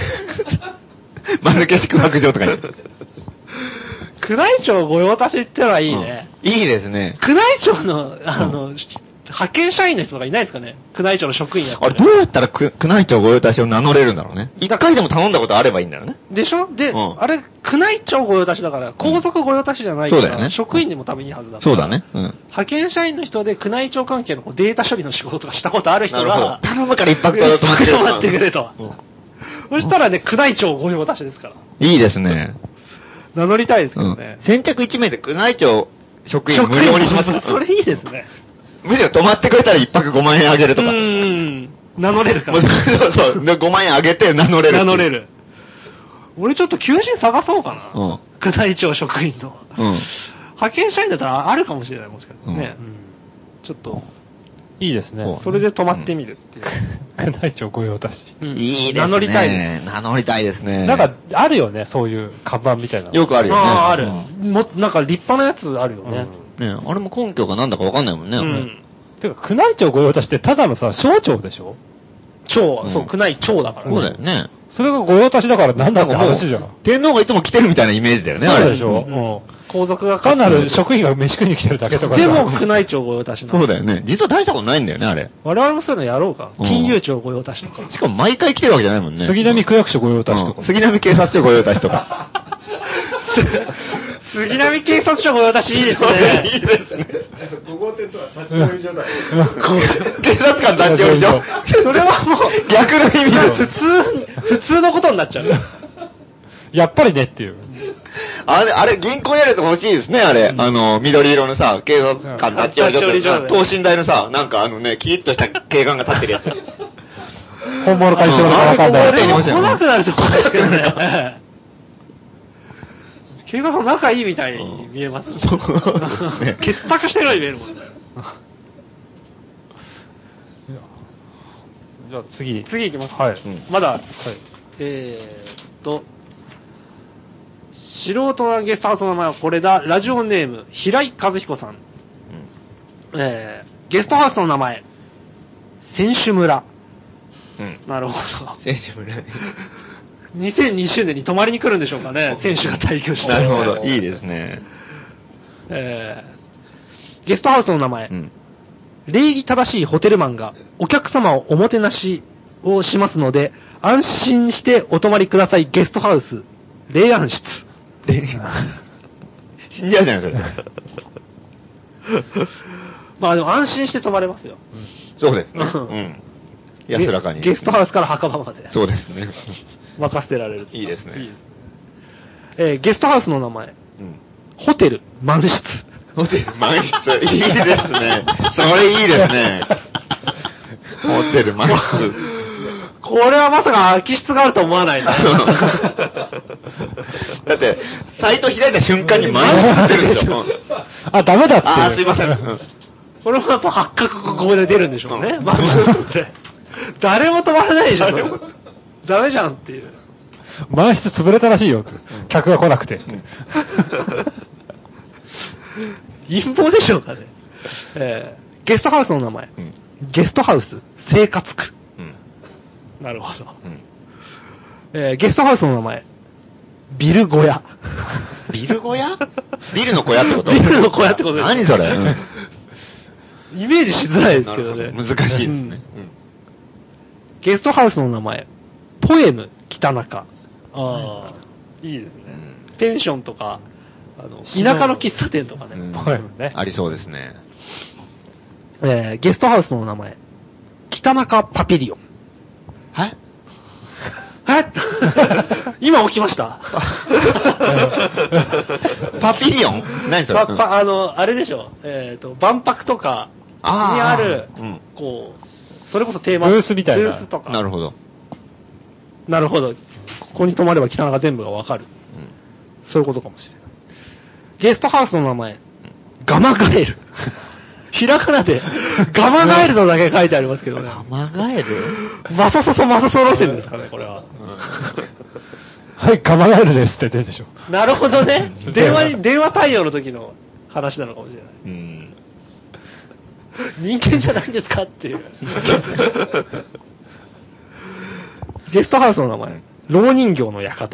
D: 丸消し空白場とか言って。
C: 宮内庁御用達ってのはいいね。
D: いいですね。
C: 宮内庁の、派遣社員の人とかいないですかね、宮内庁の職員やって
D: あれ、どうやったら宮内庁御用達を名乗れるんだろうね。一回でも頼んだことあればいいんだよね。
C: でしょで、あれ、宮内庁御用達だから、皇族御用達じゃないから、
D: そうだよね。
C: 職員でも多分いいはずだから。
D: そうだね。
C: 派遣社員の人で宮内庁関係のデータ処理の仕事とかしたことある人が、
D: 頼むから一泊泊
C: まってくれと。そしたらね、宮内庁御用達ですから。
D: いいですね。
C: 名乗りたいですけどね。
D: 先着1名で宮内庁職員無料にします。
C: それいいですね。
D: むしろ泊まってくれたら一泊5万円あげるとか。
C: 名乗れるから。
D: そうそう。5万円あげて名乗れる。
C: 名乗れる。俺ちょっと求人探そうかな。宮内庁職員の。派遣社員だったらあるかもしれない、もしかしてね。ちょっと。
B: いいですね。
C: それで泊まってみるっていう。
B: 宮内庁御用達。
D: いいですね。
C: 名乗りたいです。
D: 名乗りたいですね。
B: なんか、あるよね、そういう看板みたいな。
D: よくあるよね。
C: ある。なんか立派なやつあるよね。
D: あれも根拠がなんだかわかんないもんね。
B: てか、宮内庁御用達ってただのさ、省庁でしょ
C: 庁、そう、宮内庁だからね。
D: そうだよね。
B: それが御用達だからなんだか話じゃん。
D: 天皇がいつも来てるみたいなイメージだよね、あれ。
B: そうでしょ。
C: 皇族が
B: 単なる職員が飯食いに来てるだけとか。
C: でも宮内庁御用達な
D: そうだよね。実は大したことないんだよね、あれ。
C: 我々もそういうのやろうか。金融庁御用達とか。
D: しかも毎回来てるわけじゃないもんね。
B: 杉並区役所御用達とか。
D: 杉並警察署御用達とか。
C: 杉並警察署御用達いいですね。
D: いいですね。
E: 5号店とは立ち寄り所だ。
D: 警察官立ち寄り所。
C: それはもう
D: 逆の意味で
C: 普通のことになっちゃう。
B: やっぱりねっていう。
D: あれ、銀行にあるやつ欲しいですね、あれ。緑色のさ、警察官立ち寄り所って、等身大のさ、なんかキリッとした警官が立ってるやつ。
B: 本物か偽物かわかんない。
C: 俺も来なくなると思うんですけどね。警察さん仲いいみたいに見えます。そう。結託してるように見えるもんね。
B: じゃあ次
C: 行きます。
B: はい。
C: まだ、素人なゲストハウスの名前はこれだ。ラジオネーム、平井和彦さん。ゲストハウスの名前、選手村。なるほど。
D: 選手村。
C: 2020年に泊まりに来るんでしょうかね。選手が退去して。
D: なるほど。いいですね。
C: ゲストハウスの名前、礼儀正しいホテルマンがお客様をおもてなしをしますので、安心してお泊まりください。ゲストハウス、霊安室。
D: 死んじゃうじゃん、それ。
C: まあでも安心して泊まれますよ。
D: そうですね。安らかに。
C: ゲストハウスから墓場まで。
D: そうですね。
C: 任せてられる。
D: いいですね。
C: ゲストハウスの名前、ホテル満室。
D: ホテル満室。いいですね。それいいですね。ホテル満室。
C: これはまさか空き室があると思わないな。
D: だって、サイト開いた瞬間に満室出るでしょ。
B: あ、ダメだって。
D: あ、すいません。
C: これもやっぱ発覚ここで出るんでしょうね。満室って。誰も泊まらないでしょ。ダメじゃんっていう。
B: 満室潰れたらしいよ。客が来なくて。
C: 陰謀でしょうかね。ゲストハウスの名前。ゲストハウス生活区。なるほど。ゲストハウスの名前。ビル小屋。
D: ビル小屋？ビルの小屋ってこと？
C: ビルの小屋ってことです。
D: 何それ？
C: イメージしづらいですけどね。
D: 難しいですね。
C: ゲストハウスの名前。ポエム北中。ああ、いいですね。ペンションとか、田舎の喫茶店とかね。
B: ポエムね。
D: ありそうですね。
C: ゲストハウスの名前。北中パピリオン。
D: はい
C: 今起きました。
D: パピリオン？何それ？
C: あれでしょ。万博とかにある、こう、それこそテーマ。
B: ブースみたいな。
C: ブースとか。
D: なるほど。
C: なるほど。ここに泊まれば北中全部がわかる。そういうことかもしれない。ゲストハウスの名前、ガマガエル。ひらがなで、ガマガエルのだけ書いてありますけどね。
D: ガマガエル？
C: マサソ路線ですかね、これは。
B: はい、ガマガエルですって出るでしょ。
C: なるほどね。電話対応の時の話なのかもしれない。
D: うん。
C: 人間じゃないんですかっていう。ゲストハウスの名前、老人形の館。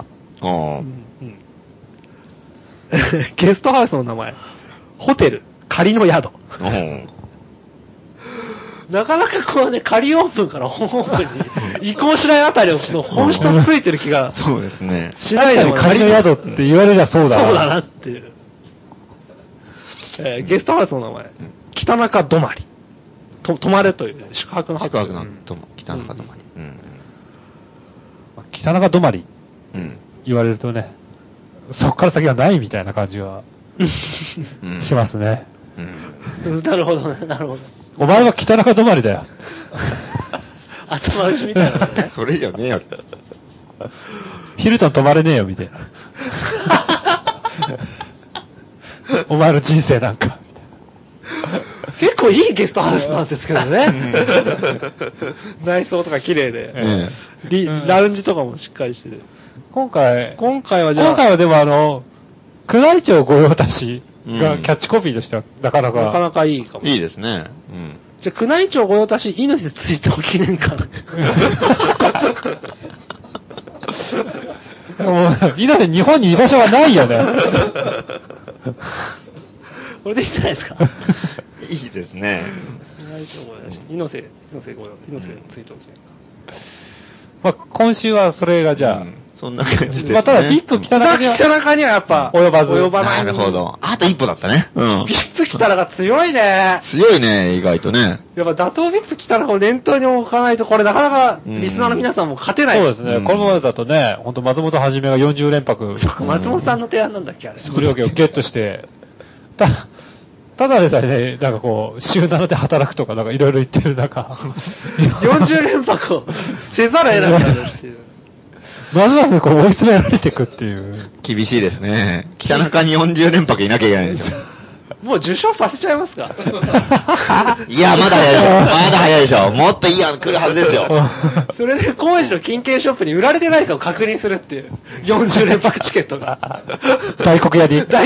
C: ゲストハウスの名前、ホテル、仮の宿。なかなかこうね、仮オープンから本オープンに移行しないあたりの本質ついてる気が
D: そうですね。
B: しないでも仮の宿って言われりゃそうだな。
C: そうだなっていう。ゲストハウスの名前、北中泊まり。泊まれという宿泊の
D: 宿泊の北中泊まり。
B: 北中泊まり言われるとね、そこから先はないみたいな感じはしますね。
C: なるほどね、なるほど。
B: お前は北中泊まりだよ。
C: 頭打ちみたいなね。
D: それじゃねえよ。
B: ヒルトン泊まれねえよ、みたいな。お前の人生なんか。
C: 結構いいゲストハウスなんですけどね。内装とか綺麗で。ラウンジとかもしっかりしてる。
B: 今回はでも宮内庁御用達がキャッチコピーとしてはなかな
C: かいいかも。
D: いいですね。
C: じゃあ、宮内庁御用達命追悼記念館。
B: もう、命日本に居場所がないよね。
C: これでいいじゃないですか。
D: いいですね。
C: 宮内庁御用達。命追悼記念館。
B: まあ、今週はそれがじゃあ、
D: そんな感じですね。
B: まあ、ただ、ビップ北中
C: にはやっぱ、
B: 及ば
C: ない。
D: なるほど。あと一歩だったね。
C: ビップ北中強いね。
D: 強いね、意外とね。
C: やっぱ打倒ビップ北中を念頭に置かないと、これなかなか、リスナーの皆さんも勝てない。
B: そうですね。このままだとね、本当松本はじめが40連泊。
C: 松本さんの提案なんだっけ、あれ。
B: それをゲットして、ただでさえね、なんかこう、週7で働くとか、なんかいろいろ言ってる中、
C: 40連泊をせざるを得なくなるっていう。
B: ますますこう追い詰められていくっていう。
D: 厳しいですね。北中に40連泊いなきゃいけないんですよ。
C: もう受賞させちゃいますか
D: いや、まだ早いでしょ。まだ早いでしょ。もっといい案来るはずですよ。
C: それで、高円寺の金券ショップに売られてないかを確認するっていう。40連泊チケットが。
B: 大黒屋に。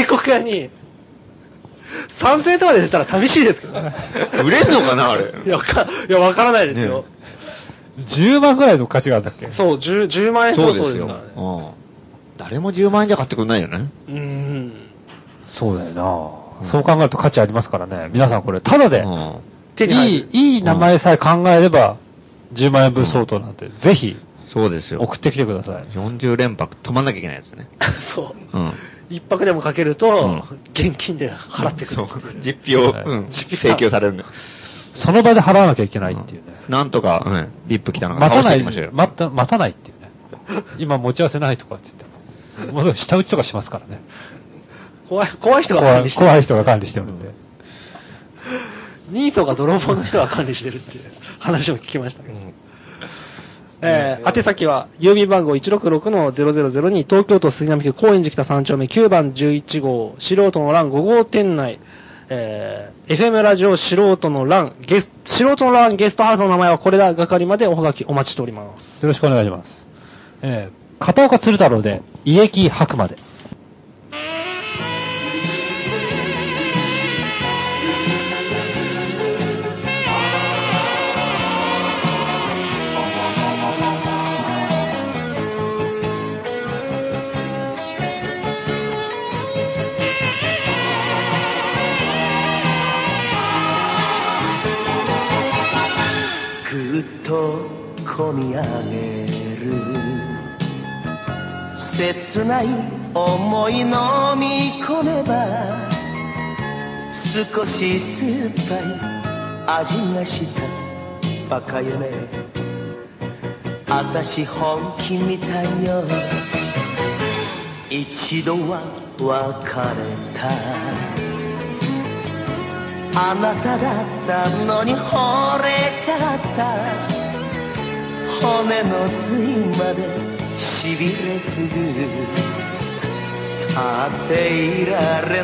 C: 3000円とかで出たら寂しいですけどね。
D: 売れんのかな、あれ。
C: いや、わからないですよ。
B: 10万ぐらいの価値があるんだっけ？
C: そう、10万円相当ですからね。
D: 誰も10万円じゃ買ってくんないよね。
B: そうだよな、そう考えると価値ありますからね。皆さんこれ、ただで、いい名前さえ考えれば、10万円分相当なんて、ぜひ、
D: そうですよ。
B: 送ってきてください。
D: 40連泊泊まんなきゃいけないですね。
C: そう。一泊でもかけると、現金で払ってくる。そう。
D: 実費を、請求されるんで。
B: その場で払わなきゃいけないっていうね。
D: なんとか、リップ来たのが
B: 待たないっていうね。今持ち合わせないとかって言っても。もうすぐ下打ちとかしますからね。
C: 怖い人が管理してる。
B: 怖い人が管理してるんで。
C: ニートが泥棒の人が管理してるっていう話を聞きましたけど。宛先は、郵便番号 166-000 に東京都杉並区高円寺北3丁目9番11号、素人の欄5号店内、FM ラジオ素人の欄ゲストハウスの名前はこれだ係までおはがきお待ちしております。
B: よろしくお願いします。片岡鶴太郎で、胃液吐くまで。
F: 込み上げる切ない思い飲み込めば少し酸っぱい味がしたバカよねあたし本気みたいよ一度は別れたあなただったのに惚れちゃった骨の髄までしびれふる立っていられ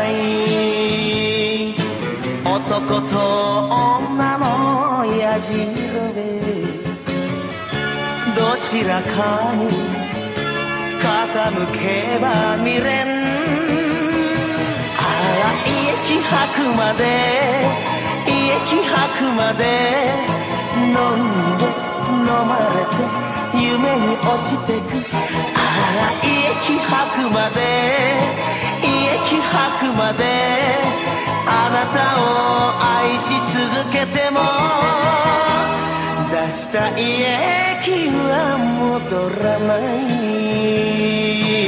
F: ない男と女のやじろべどちらかに傾けば未練ああ息吐くまで息吐くまで飲んで飲まれて夢に落ちてくああ息吐くまで息吐くまであなたを愛し続けても出したい息は戻らない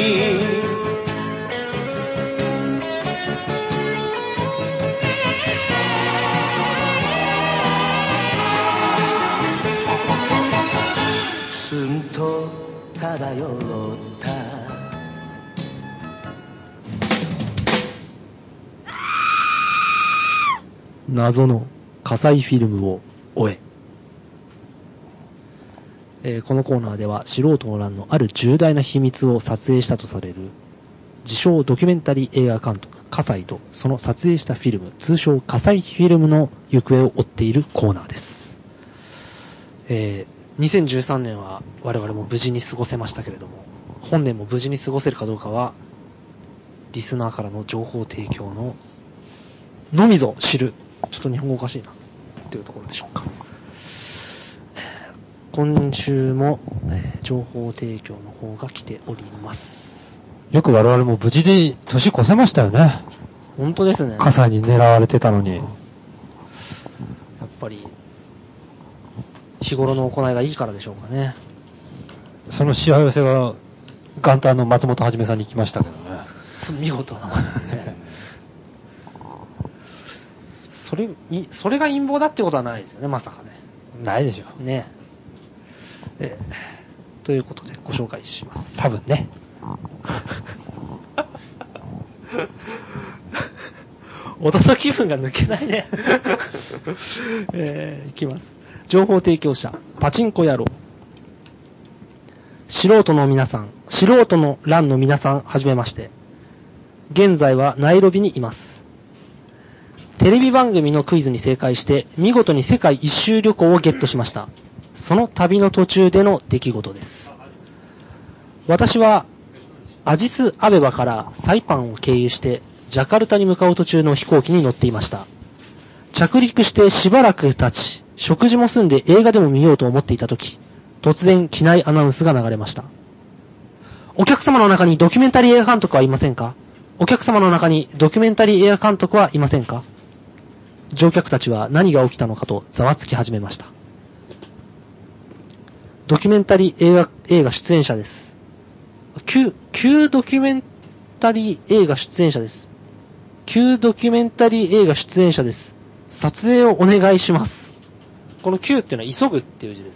F: すんと漂った
C: 謎の火災フィルムを終えこのコーナーでは素人の欄のある重大な秘密を撮影したとされる自称ドキュメンタリー映画監督葛西とその撮影したフィルム通称葛西フィルムの行方を追っているコーナーです。2013年は我々も無事に過ごせましたけれども本年も無事に過ごせるかどうかはリスナーからの情報提供のみぞ知るちょっと日本語おかしいなというところでしょうか。今週も、情報提供の方が来ております。
B: よく我々も無事で年越せましたよね。
C: 本当ですね。
B: 傘に狙われてたのに。
C: やっぱり日頃の行いがいいからでしょうかね。
B: そのしわ寄せは元旦の松本はじめさんに行きましたけどね。
C: 見事な、ね。それが陰謀だってことはないですよね、まさかね。
B: ないでしょ。
C: ね。ということでご紹介します。
B: 多分ね。
C: 踊る気分が抜けないね。いきます。情報提供者、パチンコ野郎。素人の欄の皆さん、はじめまして。現在はナイロビにいます。テレビ番組のクイズに正解して、見事に世界一周旅行をゲットしました。その旅の途中での出来事です。私は、アジスアベバからサイパンを経由して、ジャカルタに向かう途中の飛行機に乗っていました。着陸してしばらく経ち、食事も済んで映画でも見ようと思っていたとき、突然機内アナウンスが流れました。お客様の中にドキュメンタリー映画監督はいませんか？お客様の中にドキュメンタリー映画監督はいませんか？乗客たちは何が起きたのかとざわつき始めました。ドキュメンタリー映画出演者です。旧ドキュメンタリー映画出演者です。旧ドキュメンタリー映画出演者です。撮影をお願いします。この旧っていうのは急ぐっていう字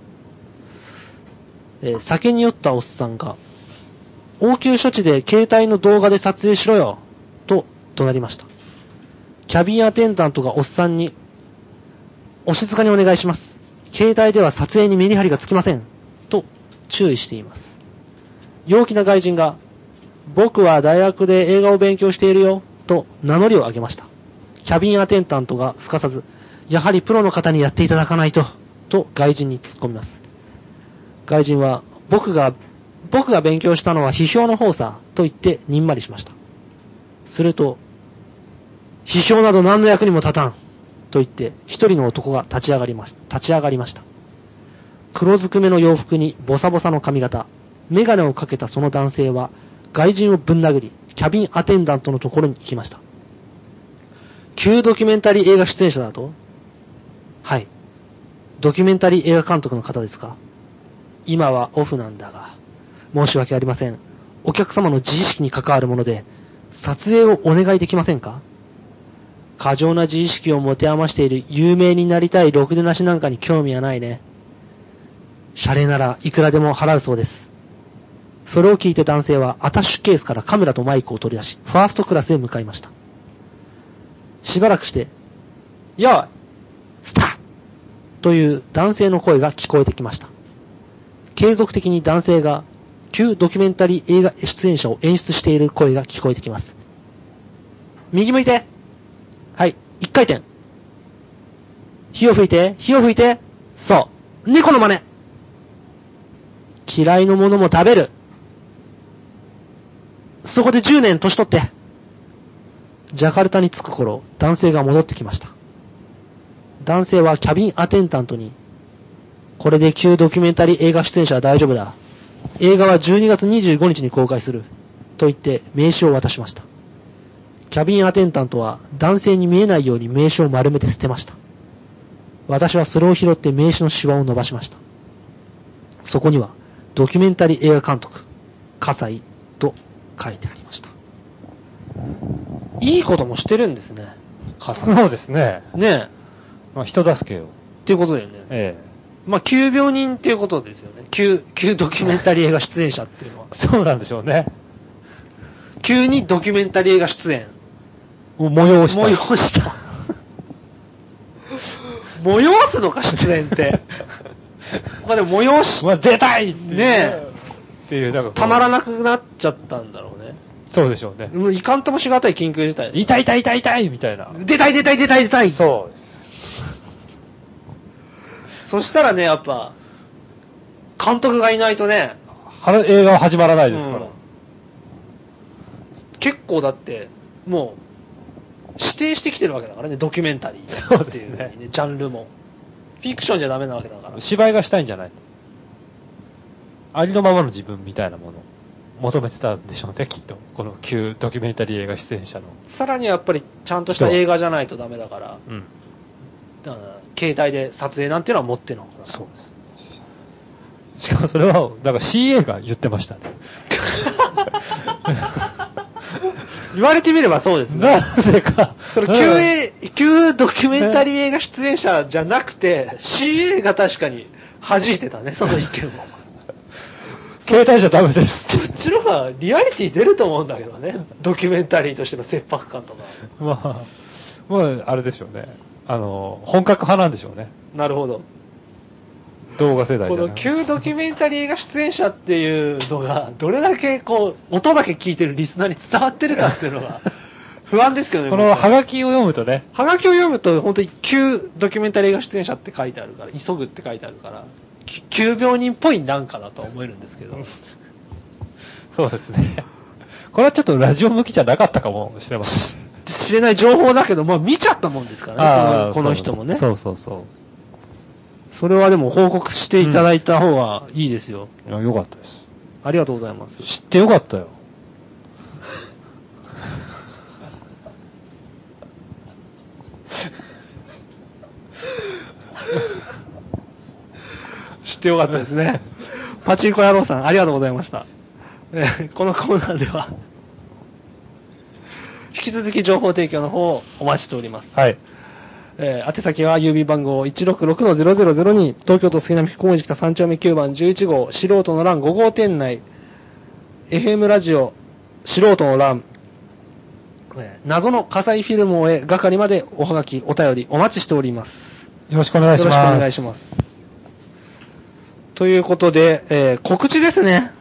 C: ですね。酒に酔ったおっさんが、応急処置で携帯の動画で撮影しろよ、と怒鳴りました。キャビンアテンダントがおっさんに、お静かにお願いします。携帯では撮影にメリハリがつきません。と注意しています。陽気な外人が、僕は大学で映画を勉強しているよ、と名乗りを上げました。キャビンアテンダントがすかさず、やはりプロの方にやっていただかないと、と外人に突っ込みます。外人は、僕が勉強したのは批評の方さ、と言ってにんまりしました。すると、批評など何の役にも立たん、と言って一人の男が立ち上がりました。黒ずくめの洋服にボサボサの髪型、メガネをかけたその男性は外人をぶん殴り、キャビンアテンダントのところに行きました。旧ドキュメンタリー映画出演者だと？はい。ドキュメンタリー映画監督の方ですか？今はオフなんだが、申し訳ありません。お客様の自意識に関わるもので、撮影をお願いできませんか？過剰な自意識を持て余している有名になりたいろくでなしなんかに興味はないね。謝礼ならいくらでも払うそうです。それを聞いて男性はアタッシュケースからカメラとマイクを取り出し、ファーストクラスへ向かいました。しばらくして、よーい、スタートという男性の声が聞こえてきました。継続的に男性が旧ドキュメンタリー映画出演者を演出している声が聞こえてきます。右向いて。はい、一回転。火を吹いて。そう。猫の真似。嫌いのものも食べる。 そこで10年年取って、ジャカルタに着く頃、男性が戻ってきました。男性はキャビンアテンダントに、これで旧ドキュメンタリー映画出演者は大丈夫だ。映画は12月25日に公開する。と言って名刺を渡しました。キャビンアテンダントは男性に見えないように名刺を丸めて捨てました。私はそれを拾って名刺のシワを伸ばしました。そこにはドキュメンタリー映画監督、葛西と書いてありました。いいこともしてるんですね。
B: そうですね。
C: ねえ。
B: まあ、人助けを。
C: っていうことだよね。
B: ええ。
C: まあ、急病人っていうことですよね。急ドキュメンタリー映画出演者っていうのは。
B: そうなんでしょうね。
C: 急にドキュメンタリー映画出演。
B: 催した。
C: 催すのか、出演って。まあでも催し、
B: まあ、出たい
C: ねえ。
B: っていう、なんか
C: たまらなくなっちゃったんだろうね。
B: そうでしょうね。
C: もういかんともしがたい緊急事態。
B: 痛い痛い痛い痛いみたいな。
C: 出たい
B: そうです。
C: そしたらね、やっぱ、監督がいないとね、
B: 映画は始まらないですから。
C: 結構だって、もう、指定してきてるわけだからね、ドキュメンタリー。
B: そうですね。
C: ジャンルも。フィクションじゃダメなわけだから。
B: 芝居がしたいんじゃないありのままの自分みたいなものを求めてたんでしょうね、きっと。この旧ドキュメンタリー映画出演者の。
C: さらにやっぱりちゃんとした映画じゃないとダメだから、
B: うん。
C: だから携帯で撮影なんていうのは持ってるのかな。
B: そうです。しかもそれは、なんか CA が言ってましたね。
C: 言われてみればそうですね。
B: なぜか。
C: その旧ドキュメンタリー映画出演者じゃなくて、CA が確かに弾いてたね、その意見を。
B: 携帯じゃダメです。
C: こっちの方がリアリティ出ると思うんだけどね。ドキュメンタリーとしての切迫感とか。
B: まあ、あれでしょうね。本格派なんでしょうね。
C: なるほど。
B: 動画世代じゃない。
C: この旧ドキュメンタリー映画出演者っていうのが、どれだけこう、音だけ聞いてるリスナーに伝わってるかっていうのが、不安ですけどね。
B: このハガキを読むとね。
C: ハガキを読むと、本当に旧ドキュメンタリー映画出演者って書いてあるから、急ぐって書いてあるから、急病人っぽいなんかだと思えるんですけど。
B: そうですね。これはちょっとラジオ向きじゃなかったかもしれません。
C: 知れない情報だけど、まあ見ちゃったもんですからね、この人もね。
B: そうそうそう。
C: それはでも報告していただいた方がいいですよ。
B: いや、よかったです。
C: ありがとうございます。
B: 知ってよかったよ。
C: 知ってよかったですね。パチンコ野郎さん、ありがとうございました。このコーナーでは、引き続き情報提供の方をお待ちしております。
B: はい。
C: 宛先は郵便番号 166-0002 東京都杉並区高円寺北3丁目9番11号素人の欄5号店内 FM ラジオ素人の欄謎の火災フィルムを係までおはがきお便りお待ちしております。
B: よろしくお願いします。
C: よろしくお願いします。ということで、告知ですね。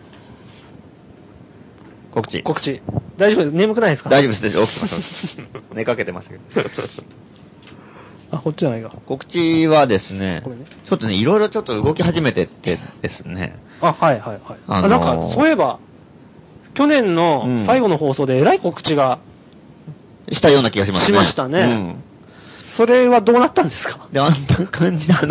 D: 告知。
C: 大丈夫です。眠くないですか？
D: 大丈夫です。起きてます。寝かけてましたけど。
C: あ、こっちじゃないか。
D: 告知はですね、
C: これね
D: ちょっとね、いろいろちょっと動き始めてってですね。
C: あ、はいはいはい。なんか、そういえば、去年の最後の放送でえらい告知が、
D: したような気がしますね。
C: しましたね。それはどうなったんですか？
D: で、あんな感じで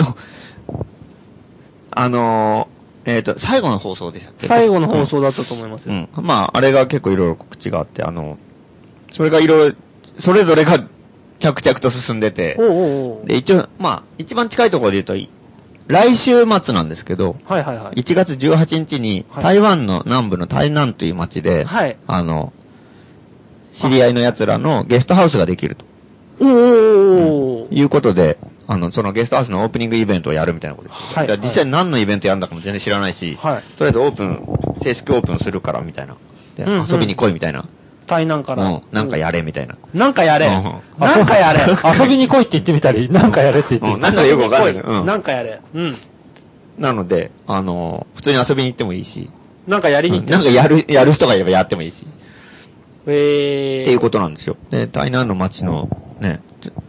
D: 最後の放送でしたっけ？
C: 最後の放送だったと思いますよ。
D: まあ、あれが結構いろいろ告知があって、それがいろいろ、それぞれが着々と進んでて、で、一応、まあ、一番近いところで言うと、来週末なんですけど、
C: はいはいはい。
D: 1月18日に、台湾の南部の台南という町で、
C: はい。
D: 知り合いの奴らのゲストハウスができると。いうことで、そのゲストハウスのオープニングイベントをやるみたいなことです。はい。実際何のイベントやるんだかも全然知らないし、はい。とりあえず正式オープンするからみたいな。で、遊びに来いみたいな。
C: 台南から。
D: なんかやれみたいな。
C: なんかやれ。なんかやれ。
B: 遊びに来いって言ってみたり、なんかやれって言ってみたり。
D: なんかよくわかんないけど。
C: なんかやれ。
D: なので、普通に遊びに行ってもいいし。
C: なんかやりに行って
D: もいい。なんかやる人がいればやってもいいし。
C: って
D: いうことなんですよ。で、台南の町の、ね、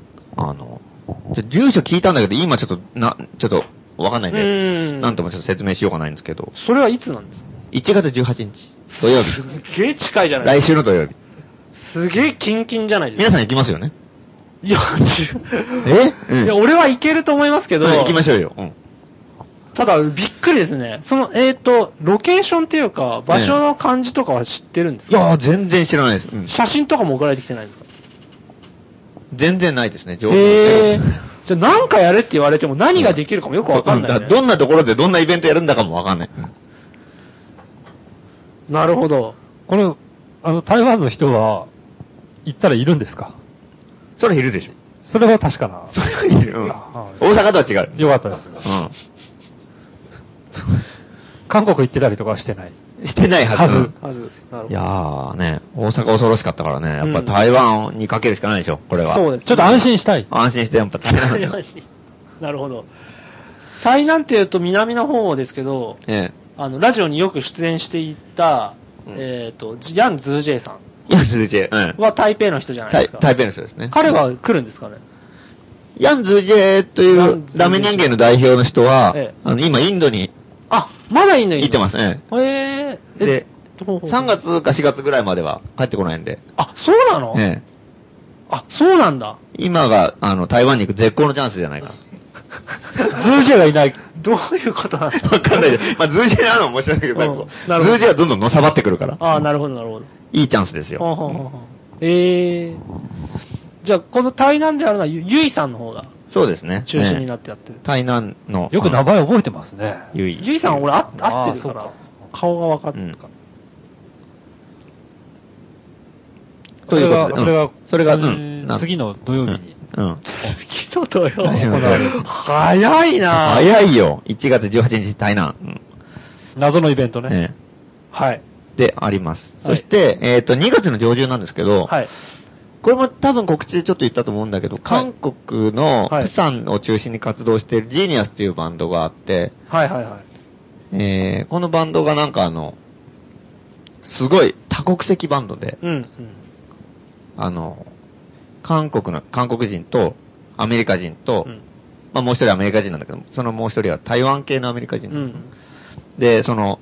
D: 住所聞いたんだけど、今ちょっとわかんないんで、なんともちょっと説明しようがないんですけど。
C: それはいつなんですか？
D: 1月18日。 土曜日。
C: すっげえ近いじゃない
D: 来週の土曜日。
C: すげえキンキンじゃないですか。
D: 皆さん行きますよね。
C: いや、
D: うん
C: いや、俺は行けると思いますけど、
D: 行きましょうよ。うん。
C: ただ、びっくりですね。その、ロケーションっていうか、場所の感じとかは知ってるんですか、
D: いやー、全然知らないです。うん。
C: 写真とかも送られてきてないんですか
D: 全然ないですね、情報。
C: へー。じゃあ、なんかやれって言われても何ができるかもよくわかんない、ね。
D: どんなところでどんなイベントやるんだかもわかんない。
C: なるほど。
B: この、台湾の人は、行ったらいるんですか？
D: それいるでしょ。
B: それは確かな。
D: それはいる。うん。大阪とは違う。
B: よかったです。
D: うん。
B: 韓国行ってたりとかはしてない。
D: してないはず。
C: はず。なるほど。
D: いやーね、大阪恐ろしかったからね、やっぱ台湾にかけるしかないでしょ、これは。
C: そうです。
B: ちょっと安心したい。
D: 安心して、やっぱ台湾。
C: なるほど。台南っていうと南の方ですけど、
D: え
C: ラジオによく出演していた、
D: うん
C: ヤン・ズージェイさん
D: え。ヤンズージェ、うん。
C: は台北の人じゃないですか。
D: 台北の人ですね。
C: 彼は来るんですかね？
D: ヤンズージェというラーメン人間の代表の人は、
C: え
D: 今インドに
C: あ、まだいいの
D: 行ってますね。で、3月か4月ぐらいまでは帰ってこないんで。
C: あ、そうなの？
D: ええ。
C: あ、そうなんだ。
D: 今が、台湾に行く絶好のチャンスじゃないかな。
C: ズージェがいない。どういうことなんですか？
D: わかんないです。まあ、ズージェなのも面白いけど、
C: なるほど
D: ズージェはどんどんのさばってくるから。
C: ああ、なるほど、なるほど。
D: いいチャンスです
C: ほう
D: よ。
C: ほうほうほうじゃあ、この台南であるのは、ゆいさんの方が
D: そうですね。
C: 中心になってやってる。
D: 台南の。
B: よく名前覚えてますね。
D: ゆい。
C: ゆいさんは俺会ってるか
B: あーそう
C: ら
B: か、
C: 顔が分かってるから。
D: ということで。それが、
B: 次の土曜日に。
D: うん。
C: 昨日とよ。
D: 大丈夫
C: 早いなぁ。
D: 早いよ。1月18日台南。
B: 謎のイベントね。
D: ね
C: はい。
D: で、あります。
C: はい
D: そして、2月の上旬なんですけど、
C: はい。
D: これも多分告知でちょっと言ったと思うんだけど、韓国の
C: はい
D: プサンを中心に活動しているジーニアスっていうバンドがあって、
C: はいはいはい。
D: このバンドがなんかすごい多国籍バンドで、
C: うん。
D: 韓国人とアメリカ人と、
C: うん
D: まあもう一人アメリカ人なんだけど、そのもう一人は台湾系のアメリカ人。
C: うん。
D: で、その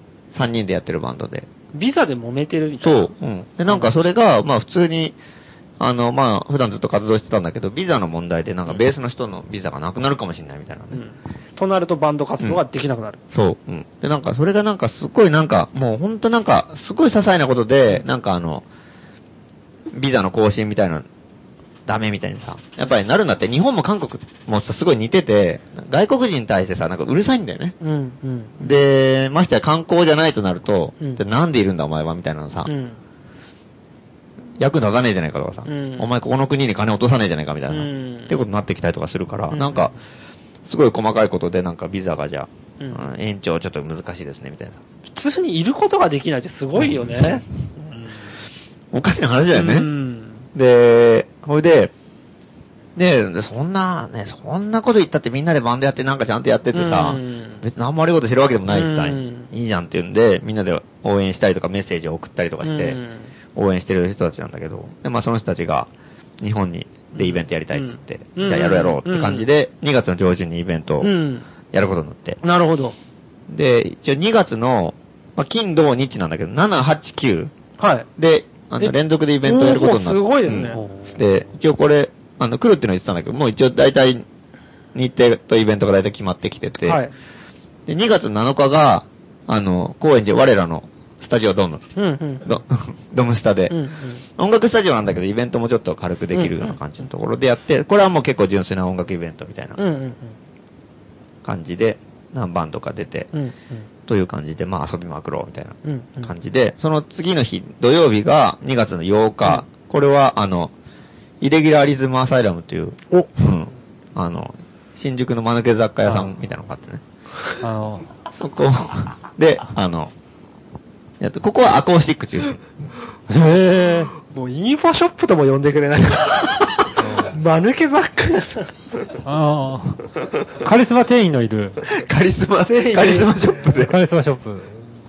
D: 3人でやってるバンドで。
C: ビザで揉めてるみたいな。
D: そう。うん。で、なんかそれが、まあ普通に、まあ普段ずっと活動してたんだけど、ビザの問題でなんかベースの人のビザがなくなるかもしれないみたいなね。
C: うん。となるとバンド活動ができなくなる。
D: そう。うん。で、なんかそれがなんかすごいなんか、もうほんとなんか、すごい些細なことで、なんかビザの更新みたいな、ダメみたいにさ、やっぱりなるんだって、日本も韓国もさ、すごい似てて、外国人に対してさ、なんかうるさいんだよね。
C: うん。うん。
D: で、ましてや観光じゃないとなると、
C: うん
D: でなんでいるんだお前はみたいなのさ、
C: うん。
D: 役立たねえじゃないかとかさ、
C: うん
D: お前ここの国に金落とさねえじゃないかみたいな、
C: うん
D: っていうことになってきたりとかするから、
C: うん
D: なんか、すごい細かいことでなんかビザがじゃあ、
C: うん
D: 延長ちょっと難しいですねみたいな。
C: 普通にいることができないってすごいよね。
D: おかしな話だよね。
C: うん。
D: で、ほいで、そんなこと言ったってみんなでバンドやってなんかちゃんとやっててさ、
C: うん
D: 別に何も悪いことしてるわけでもないしさ、
C: うん
D: いいじゃんって言うんで、みんなで応援したりとかメッセージを送ったりとかして、
C: うん
D: 応援してる人たちなんだけど、で、まあその人たちが日本でイベントやりたいって言って、
C: うん
D: じゃあやろうって感じで、2月の上旬にイベントを
C: うん。
D: やることになって。
C: なるほど。
D: で、一応2月の、まあ、金土日なんだけど、7、8、9
C: はい。
D: で、
C: え
D: 連続でイベントをやることになって。
C: おーすごいですね
D: うんで、一応これ、来るっていうのを言ってたんだけど、もう一応大体、日程とイベントが大体決まってきてて、
C: はい。
D: で、2月7日が、高円寺我らのスタジオドーム、
C: うんうん。
D: ドームスタで、
C: うんうん
D: 音楽スタジオなんだけど、イベントもちょっと軽くできるような感じのところでやって、これはもう結構純粋な音楽イベントみたいな
C: うんうん
D: 感じで、何バンドか出て、
C: うん。うん
D: という感じで、まあ遊びまくろうみたいな
C: うんうん。
D: 感じで、その次の日、土曜日が2月の8日、これはイレギュラーリズムアサイラムという、
C: お
D: うん新宿の間抜け雑貨屋さんみたいなのがあってね。そこで、ここはアコースティック中心。
C: へぇもうインフォショップとも呼んでくれない。間抜け雑貨屋さん。
B: カリスマ店員のいる。
D: カリスマショップで。
B: カリスマショップ。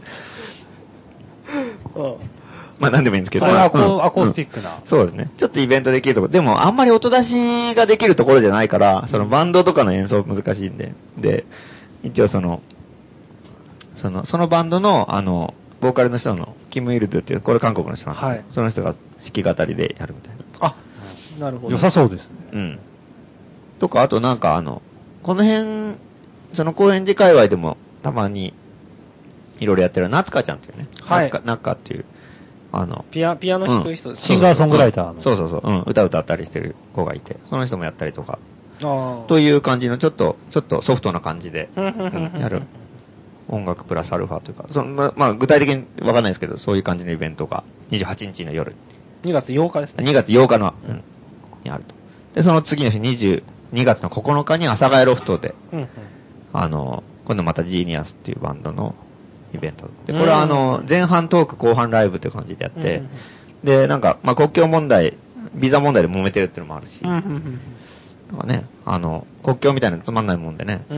D: まあ何でもいいんですけど。
B: これは
D: うん
B: アコースティックな。
D: そうですね。ちょっとイベントできるところ。でもあんまり音出しができるところじゃないから、そのバンドとかの演奏難しいんで。で、一応そのバンドのボーカルの人のキム・イルドゥっていう、これ韓国の人なんで、
C: はい
D: その人が弾き語りでやるみたいな。
C: あ、なるほど。
B: 良さそうですね。
D: うん。とか、あとなんかこの辺、その高円寺界隈でもたまにいろいろやってる夏香ちゃんっていうね。
C: はい。
D: 夏香っていう、
C: ピアノ弾く人です、
B: シンガーソングライターの。
D: そうそうそう、歌ったりしてる子がいて、その人もやったりとか、
C: あ
D: という感じのちょっとソフトな感じで、やる音楽プラスアルファというか、まあ具体的にわかんないですけど、そういう感じのイベントが28日の夜。
C: 2月8日ですね。
D: 2月8日の、にあると。で、その次の日2月の9日に阿佐ヶ谷ロフトで、今度またジーニアスっていうバンドのイベント。で、これは前半トーク後半ライブという感じでやって、で、なんか、まあ国境問題、ビザ問題で揉めてるっていうのもあるし、とかね、国境みたいなつまんないもんでね、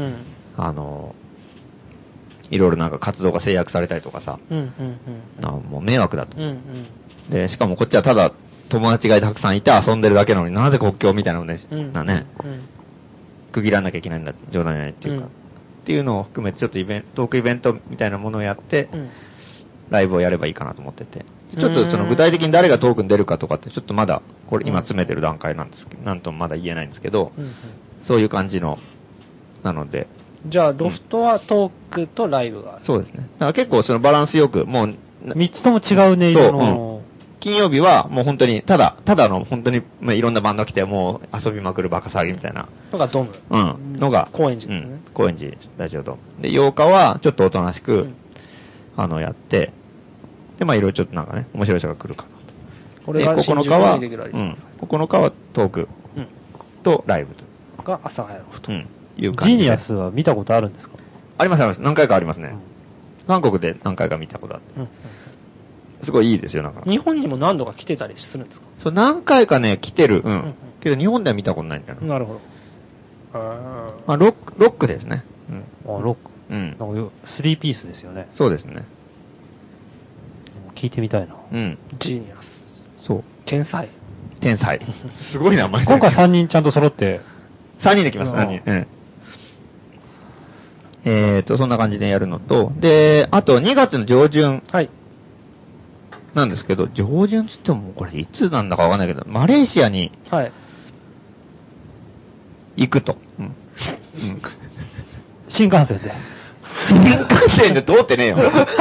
D: いろいろなんか活動が制約されたりとかさ、もう迷惑だと。で、しかもこっちはただ友達がたくさんいて遊んでるだけなのになぜ国境みたいなのね、区切らなきゃいけないんだ、冗談じゃないっていうか、っていうのを含めてちょっとトークイベントみたいなものをやって、ライブをやればいいかなと思ってて。ちょっとその具体的に誰がトークに出るかとかってちょっとまだ、これ今詰めてる段階なんですけど、なんともまだ言えないんですけど、そういう感じの、なので。
C: じゃあ、ロフトはトークとライブがある。
D: そうですね。だから結構そのバランスよく、もう、
B: 3つとも違う音色の、
D: 金曜日はもう本当に、ただの本当に、まあ、いろんなバンド来てもう遊びまくるバカ騒ぎみたいな。
C: のがドム。
D: のが、
C: 高円寺ですね。
D: 高円寺ラジオドーム。で、8日はちょっとおとなしく、やって、で、まあいろいろちょっとなんかね、面白い人が来るかなと。
C: これが
D: 9日は、9日はトークとライブと。
C: が阿佐ヶ谷ロフト。
D: いう感じで。
B: ジーニアスは見たことあるんですか？
D: ありますあります。何回かありますね。韓国で何回か見たことあって。すごいいいですよ、なんか。
C: 日本にも何度か来てたりするんですか？
D: そう、何回かね、来てる。けど日本では見たことないんだよな。
C: なるほど。
D: まあ、ロックですね。
B: ロック。なんか3ピースですよね。
D: そうですね。
B: 聞いてみたいな。
C: ジーニアス。
D: そう。
C: 天才。
D: すごい名前。
B: 今回3人ちゃんと揃って。
D: 3人で来ます、3人。そんな感じでやるのと、で、あと2月の上旬。なんですけど、上旬って言ってもこれいつなんだかわかんないけど、マレーシアに、行くと。
B: 新幹線で。
D: 新幹線で通ってねえよ。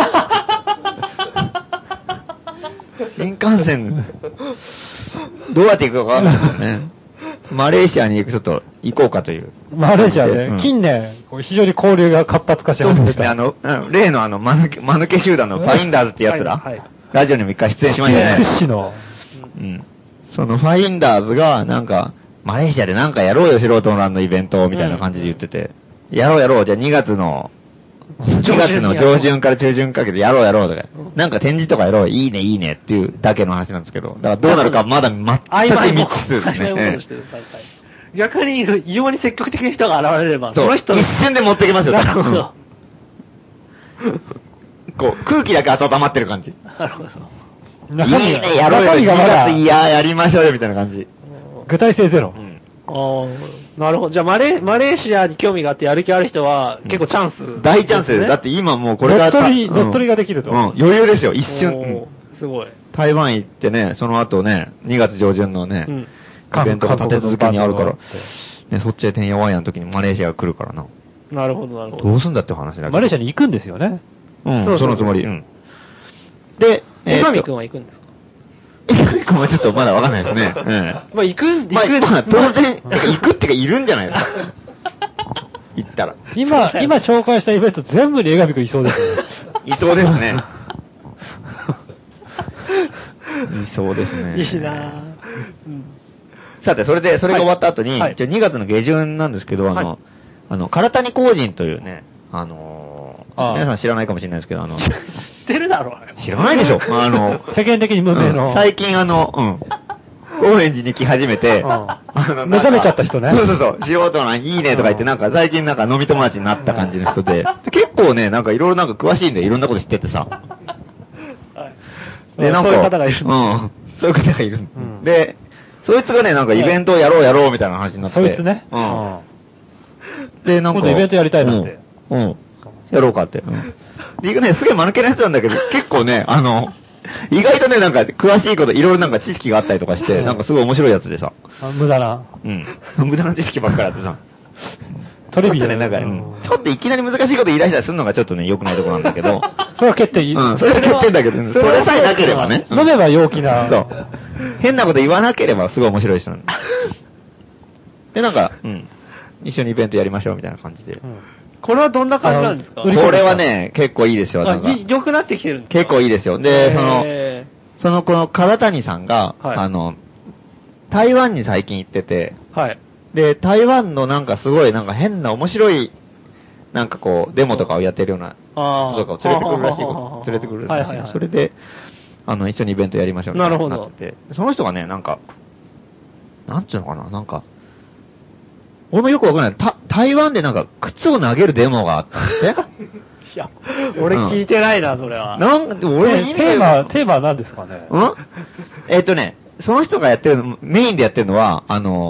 D: 新幹線、どうやって行くかわかんないですよね。マレーシアにちょっと行こうかという。
B: マレーシアで、近年、非常に交流が活発化し始めた。
D: そうですね、例の間抜け集団のファインダーズってやつら、ラジオにも一回出演しましたね。
B: 屈指の。
D: そのファインダーズが、なんか、マレーシアでなんかやろうよ、素人の欄のイベントみたいな感じで言ってて、やろう、じゃあ2月の上旬から中旬かけてやろうとか、なんか展示とかやろう、いいねっていうだけの話なんですけど、だからどうなるかまだ全く未知数ですね。
C: 逆に異様に積極的な人が現れれば、その人
D: 一瞬で持ってきますよ、
C: なるほど。
D: こう、空気だけ温まってる感じ。
C: なるほど。
D: いいね、やろうよ、2月、いや、やりましょうよ、みたいな感じ。
B: 具体性ゼロ。
C: なるほど。じゃあ、マレーシアに興味があってやる気ある人は、結構チャンス。
D: 大チャンスです。だって今もうこれが。
B: 乗っ取りができると。
D: 余裕ですよ、一瞬。
C: すごい。
D: 台湾行ってね、その後ね、2月上旬のね、イベントが立て続けにあるから、ね、そっちでてんやわんやの時にマレーシアが来るからな。
C: なるほど。
D: どうすんだって話だけど。
B: マレーシアに行くんですよね。
D: そのつもり。で、
C: 江上くんは行くんですか？
D: 江上くんはちょっとまだわかんないですね。
C: まあ行く
D: 当然、行くってかいるんじゃないですか。行ったら。
B: 今紹介したイベント全部に江上くんいそうですね。
D: いそうですね。いそうですね。
C: いいなぁ。
D: さて、それが終わった後に、2月の下旬なんですけど、唐谷公人というね、皆さん知らないかもしれないですけど、
C: 知ってるだろう。
D: 知らないでしょ。
B: 世間的に無名の。
D: 最近高円寺に来始めて、
B: 目覚めちゃった人ね。
D: そう。素人のいいねとか言って、なんか最近なんか飲み友達になった感じの人で、結構ね、なんかいろいろなんか詳しいんで、いろんなこと知っててさ。
C: で、なんか、そういう方がいる。
D: そういう方がいる。で、そいつがね、なんかイベントをやろうみたいな話になって。
B: そいつね。
D: で、なんか。
B: 今度イベントやりたいなって。
D: やろうかって。 リグね、すげえ間抜けなやつなんだけど、結構ね、意外とね、なんか、詳しいこと、いろいろなんか知識があったりとかして、なんかすごい面白いやつでさ。
B: 無駄な。
D: 無駄な知識ばっかりあってさ。
B: トリビア
D: ね、なんか、ちょっといきなり難しいこと言い出したりするのがちょっとね、良くないとこなんだけど。
B: それは決定
D: それは決定だけど、それさえなければね。
B: 飲めば陽気な。
D: そう。変なこと言わなければすごい面白い人なんだ。で、なんか、一緒にイベントやりましょうみたいな感じで。
C: これはどんな感じなんですか？
D: これはね、結構いいですよ。なんか
C: 良くなってきてるんですか？
D: 結構いいですよ。で、この唐谷さんが、台湾に最近行ってて、で、台湾のなんかすごいなんか変な面白い、なんかこう、デモとかをやってるような人とかを連れてくるらしい。連れてくるらしい。それで、一緒にイベントやりましょうみたいな。なるほど。その人がね、なんか、なんていうのかな、なんか、俺もよくわかんない。台湾でなんか、靴を投げるデモがあったんですね。
C: いや、俺聞いてないな、それは。
B: 俺もテーマは何ですかね。
D: その人がやってるメインでやってるのは、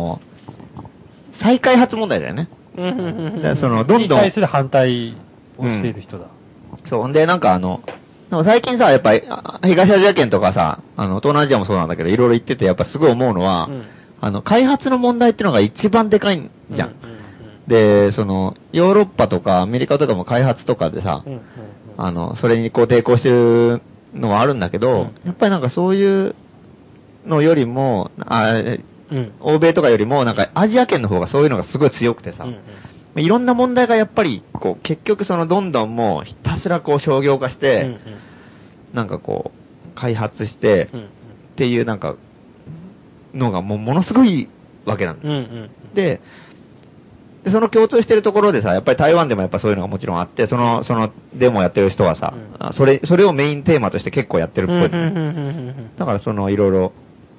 D: 再開発問題だよね。
B: どんどん。に対する反対をしている人だ。
D: そう。んで、なんか最近さ、やっぱり、東アジア圏とかさ、東南アジアもそうなんだけど、いろいろ言ってて、やっぱすごい思うのは、開発の問題っていうのが一番でかいんじゃん。で、ヨーロッパとかアメリカとかも開発とかでさ、それにこう抵抗してるのはあるんだけど、やっぱりなんかそういうのよりも、欧米とかよりも、なんかアジア圏の方がそういうのがすごい強くてさ、いろんな問題がやっぱり、こう、結局どんどんもうひたすらこう商業化して、なんかこう、開発して、っていうなんか、のがものすごいわけなんだ。で、その共通してるところでさ、やっぱり台湾でもやっぱそういうのがもちろんあって、そのデモやってる人はさ、それをメインテーマとして結構やってるっぽい。だからいろいろ、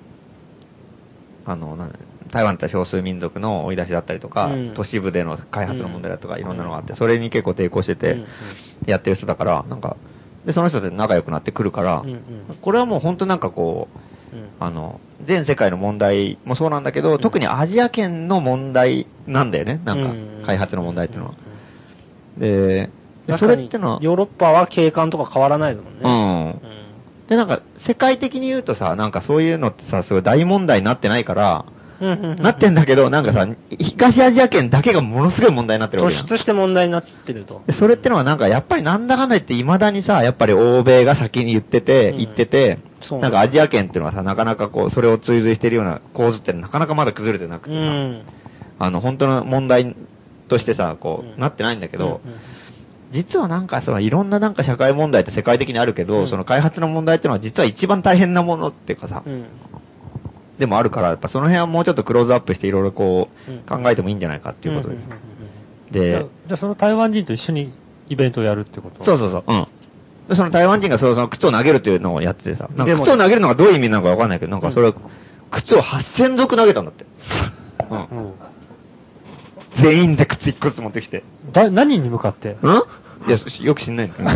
D: 台湾って少数民族の追い出しだったりとか、都市部での開発の問題だとかいろんなのがあって、それに結構抵抗してて、やってる人だから、なんか、で、その人で仲良くなってくるから、これはもう本当なんかこう、全世界の問題もそうなんだけど、特にアジア圏の問題なんだよね、なんか、開発の問題っていうのは。で、それってのは、
C: ヨーロッパは景観とか変わらないですもんね。
D: で、なんか、世界的に言うとさ、なんかそういうのってさ、すごい大問題になってないから、なってんだけど、なんかさ、東アジア圏だけがものすごい問題になってるわけじゃん。
C: 突出して問題になってると。
D: それってのはなんか、やっぱりなんだかんだ言って未だにさ、やっぱり欧米が先に言ってて、なんかアジア圏っていうのはさ、なかなかこう、それを追随しているような構図ってなかなかまだ崩れてなくてさ、本当の問題としてさ、こう、なってないんだけど、実はなんかいろんななんか社会問題って世界的にあるけど、その開発の問題っていうのは実は一番大変なものっていうかさ、でもあるから、やっぱその辺はもうちょっとクローズアップしていろいろこう、考えてもいいんじゃないかっていうことです。
B: で、じゃあその台湾人と一緒にイベントをやるってこと？
D: そう。で、その台湾人がその靴を投げるっていうのをやっててさ、なんか靴を投げるのがどういう意味なのかわかんないけど、なんかそれ、靴を8000足投げたんだって。全員で靴1個ずつ持ってきて。
B: 何に向かって？
D: いや、よく知んないんだけど。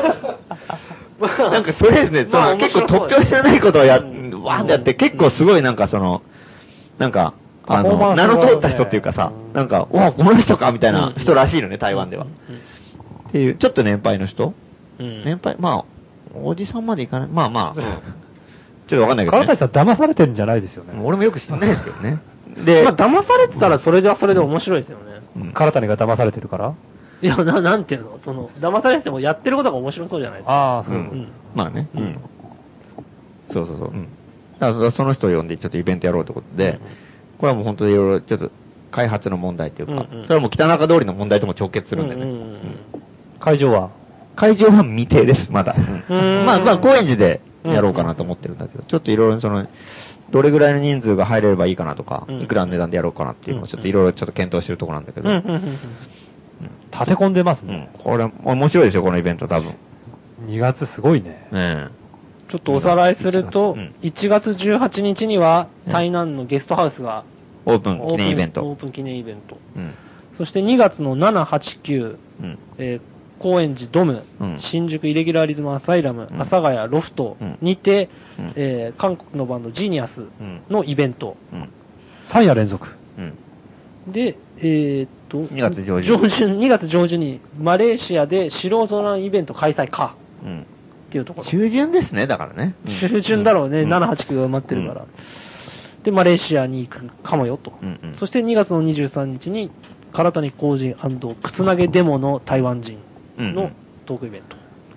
D: なんかそれですね、結構突拍子のないことをわーってやって、結構すごいなんかなんか、名の通った人っていうかさ、なんか、この人かみたいな人らしいのね、台湾では。っていう、ちょっと年配の人年配、まあ、おじさんまでいかない。まあ、ちょっとわかんないけど、ね。
B: 川谷さん騙されてるんじゃないですよね。
D: 俺もよく知んないですけどね。で、
C: 騙されてたらそれはそれで面白いですよね。
B: 唐谷が騙されてるから？
C: いや、なんていうの騙されてもやってることが面白そうじゃないですか。
B: ああ、そう。
D: まあね。そう。だからその人を呼んでちょっとイベントやろうってことで、これはもう本当にいろいろちょっと開発の問題っていうか、それはもう北中通りの問題とも直結するんでね。
B: 会場は
D: 未定です、まだ。まあ、高円寺でやろうかなと思ってるんだけど、ちょっといろいろどれぐらいの人数が入れればいいかなとか、いくらの値段でやろうかなっていうのをちょっといろいろちょっと検討してるところなんだけど。
B: 立て込んでますね。
D: これ、面白いですよ、このイベント多分。
B: 2月すごいね。
C: ちょっとおさらいすると、1月18日には、台南のゲストハウスが、
D: オープン記念イベント。
C: そして2月の7、8、9、高円寺ドム、新宿イレギュラリズムアサイラム、阿佐ヶ谷ロフトにて、韓国のバンドジーニアスのイベント。
B: 3夜連続。
C: で、
D: 2月上旬。
C: 2月上旬にマレーシアで素人ランイベント開催か。
D: うん。
C: っていうところ。
D: 中旬ですね、だからね。
C: 中旬だろうね、7、8、9が埋まってるから。で、マレーシアに行くかもよと。そして2月の23日に、唐谷浩二&靴投げデモの台湾人のトークイベント。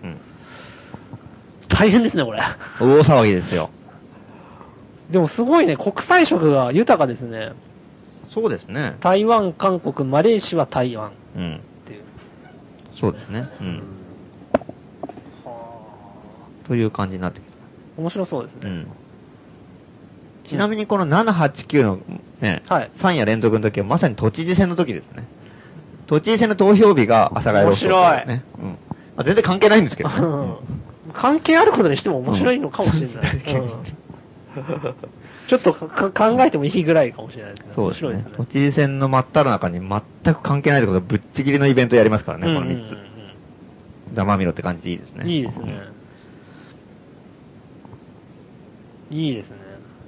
C: 大変ですね、これ。
D: 大騒ぎですよ。
C: でもすごいね、国際色が豊かですね。
D: そうですね。
C: 台湾、韓国、マレーシア、台湾。っていう。
D: そうですね。という感じになってきた。
C: 面白そうですね。
D: ちなみにこの7、8、9のね、3夜連続の時はまさに都知事選の時ですね。都知事選の投票日が阿佐ヶ谷ロフト、ね。面白い。全然関係ないんですけどね。
C: 関係あることにしても面白いのかもしれない。ちょっと考えてもいいぐらいかもしれないですね。
D: そうですね。都知事選の真っ只中に全く関係ないってことはぶっちぎりのイベントやりますからね、この3つ。ざまみろって感じでいいですね。
C: いいですね。いいですね。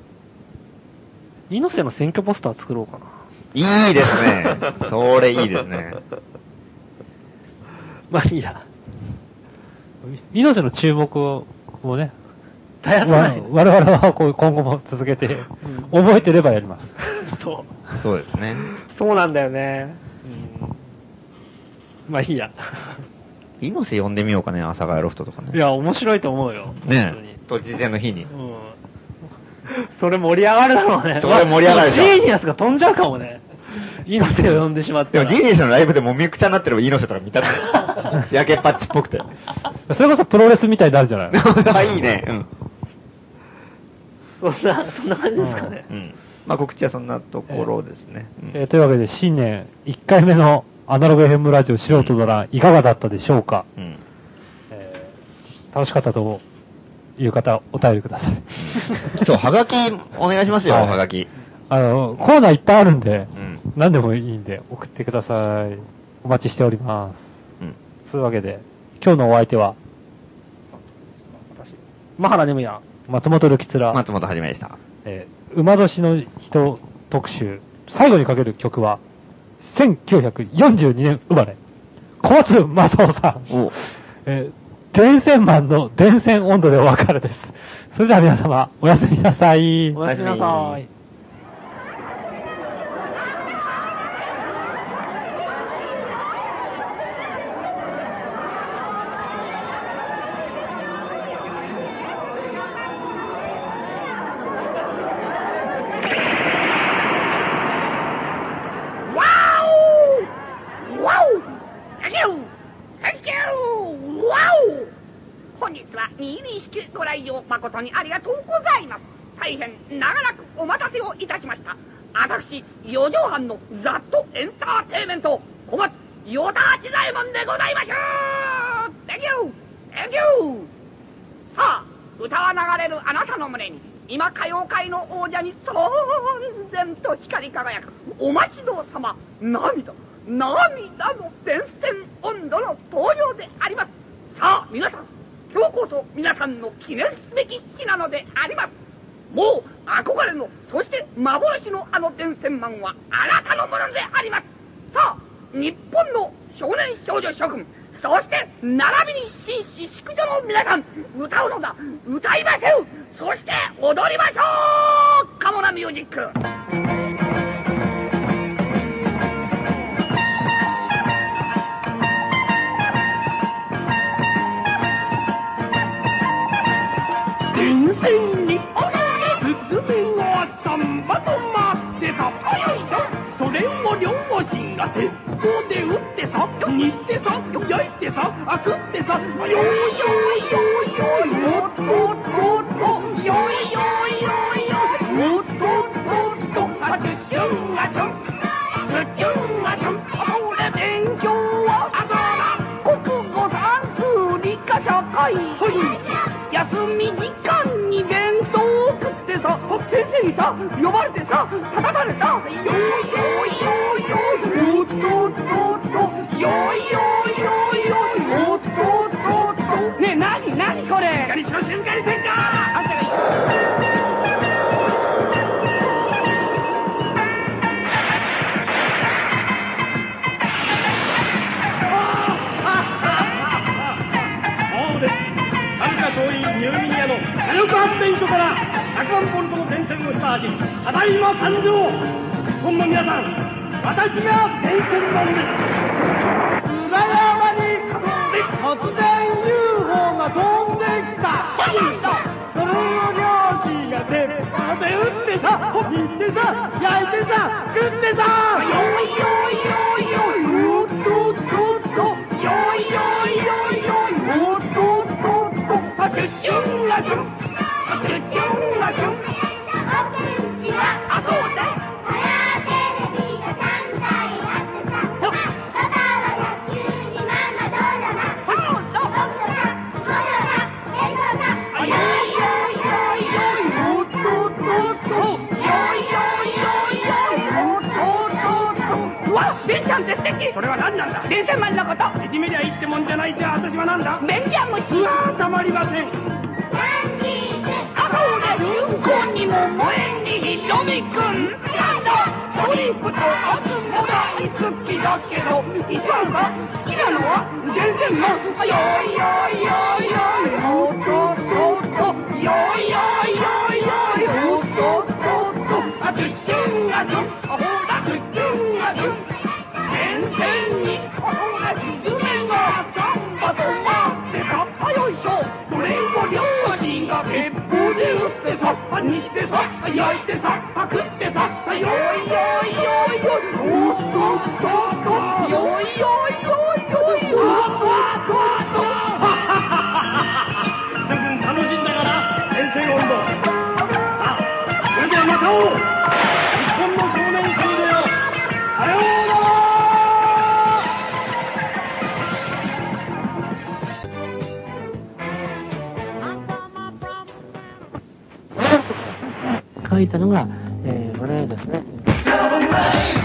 C: 猪瀬の選挙ポスター作ろうかな。
D: いいですね。それいいですね。
C: まあいいや。
B: 猪瀬の注目をね、
C: 絶やさない。
B: 我々はこう今後も続けて、覚えてればやります。
D: そうですね。
C: そうなんだよね。まあいいや。
D: 猪瀬呼んでみようかね、阿佐ヶ谷ロフトとかね。
C: いや、面白いと思うよ。
D: ねえ。都知事選の日に。
C: それ盛り上がるだろうね。
D: それ盛り上がるでしょ。
C: ジーニアスが飛んじゃうかもね。猪瀬を呼んでしまって。
D: でもジーニアスのライブでもみくちゃになってれば猪瀬とか見たくて。焼けっぱっちっぽくて。
B: それこそプロレスみたいになるじゃない
D: あ、いいね。
C: そんな感じですかね。
D: まあ告知はそんなところですね。
B: というわけで新年1回目のアナログ FM ラジオ素人ドラいかがだったでしょうか。楽しかったという方、お便りください。
D: はがきお願いしますよ、はがき。
B: コーナーいっぱいあるんで、何でもいいんで送ってください。お待ちしております。そういうわけで、今日のお相手は、
C: マハラネムヤ、
B: 松本るきつら、
D: 松本はじめでした。
B: 馬年の人特集、最後にかける曲は、1942年生まれ、小松正夫さん。電線マンの電線温度でお別れです。それでは皆様、おやすみなさい。
C: おやすみなさい。
G: 誠にありがとうございます。大変長らくお待たせをいたしました。私、四畳半のザットエンターテイメント、小松ヨタ八左衛門でございましょう。 Thank you! Thank you! さあ、歌は流れるあなたの胸に、今歌謡界の王者に騒然と光り輝くお待ちどうさま、涙の伝染温度の登場であります。さあ皆さん、今日こそ皆さんの記念すべき日なのであります。もう憧れの、そして幻のあの伝染マンはあなたのものであります。さあ、日本の少年少女諸君、そして並びに紳士淑女の皆さん、歌うのだ、歌いましょう、そして踊りましょう。カモナミュージック。電線にスズメがサンバと待ってさ、よいしょ、それを両親が鉄砲で撃ってさ、煮てさ、焼いてさ、食ってさ、よいよいよいよい、おっとっとっと、よいよいよいよい、おっとっとっと、あちゅっちゅんあちゅん、ちゅっちゅんあちゅん、これ勉強はあそうだ、国語算数理科社会、ほい、休み時間に弁当を食ってさ、先生にさ、呼ばれてさ、立たされた、よいよいよいよい、おっとっとっと、よいよいよいよい、おっとっとっと、ねえ、なにこれ、何しろ静かにせんか、あんたがいい。
H: ニューミニアの火力発電所から100万ボルトの電線を下走り、ただいま参上。日本の皆さん、私が電線マンです。裏山に突然 UFO が飛んできた。それを漁師が鉄砲で撃ってさ、切ってさ、焼いてさ、食ってさ、よいよいよいよい、おっとっとっと、よいよいよいよい、おっとっとっと、あ、チュッチュンラチュン、あ、チュッチュンラチュン、あ、そうです。それは何なんだ。電線マンのこと。いじめりゃいいってもんじゃないって私はなんだ。メンジャン虫。うわー、たまりません。あ、そうだ、流行にも燃えにひとみくん。なんだ、トリップとアズも大好きだけど、一番さ、好きなのは電線マン。よいよいよいよい、おっとっとっと、よいよいよいよい、おっとっとっと、あ、チュッチュンがチュン、あ、ほら、チュッチュンがチュン。電線にほらスズメがサンバと舞ってさ、あ、よいしょ。それを漁師が鉄砲で撃ってさ、煮てさ、焼いてさ、食ってさ、よいよいよいよい、おっとっとっと、よいよいよいよい、おっとっとっと、諸君楽しんだから電線温度。さあ、それではまた会おう。日本の少年少女よ、さようなら。書いたのが、これですね。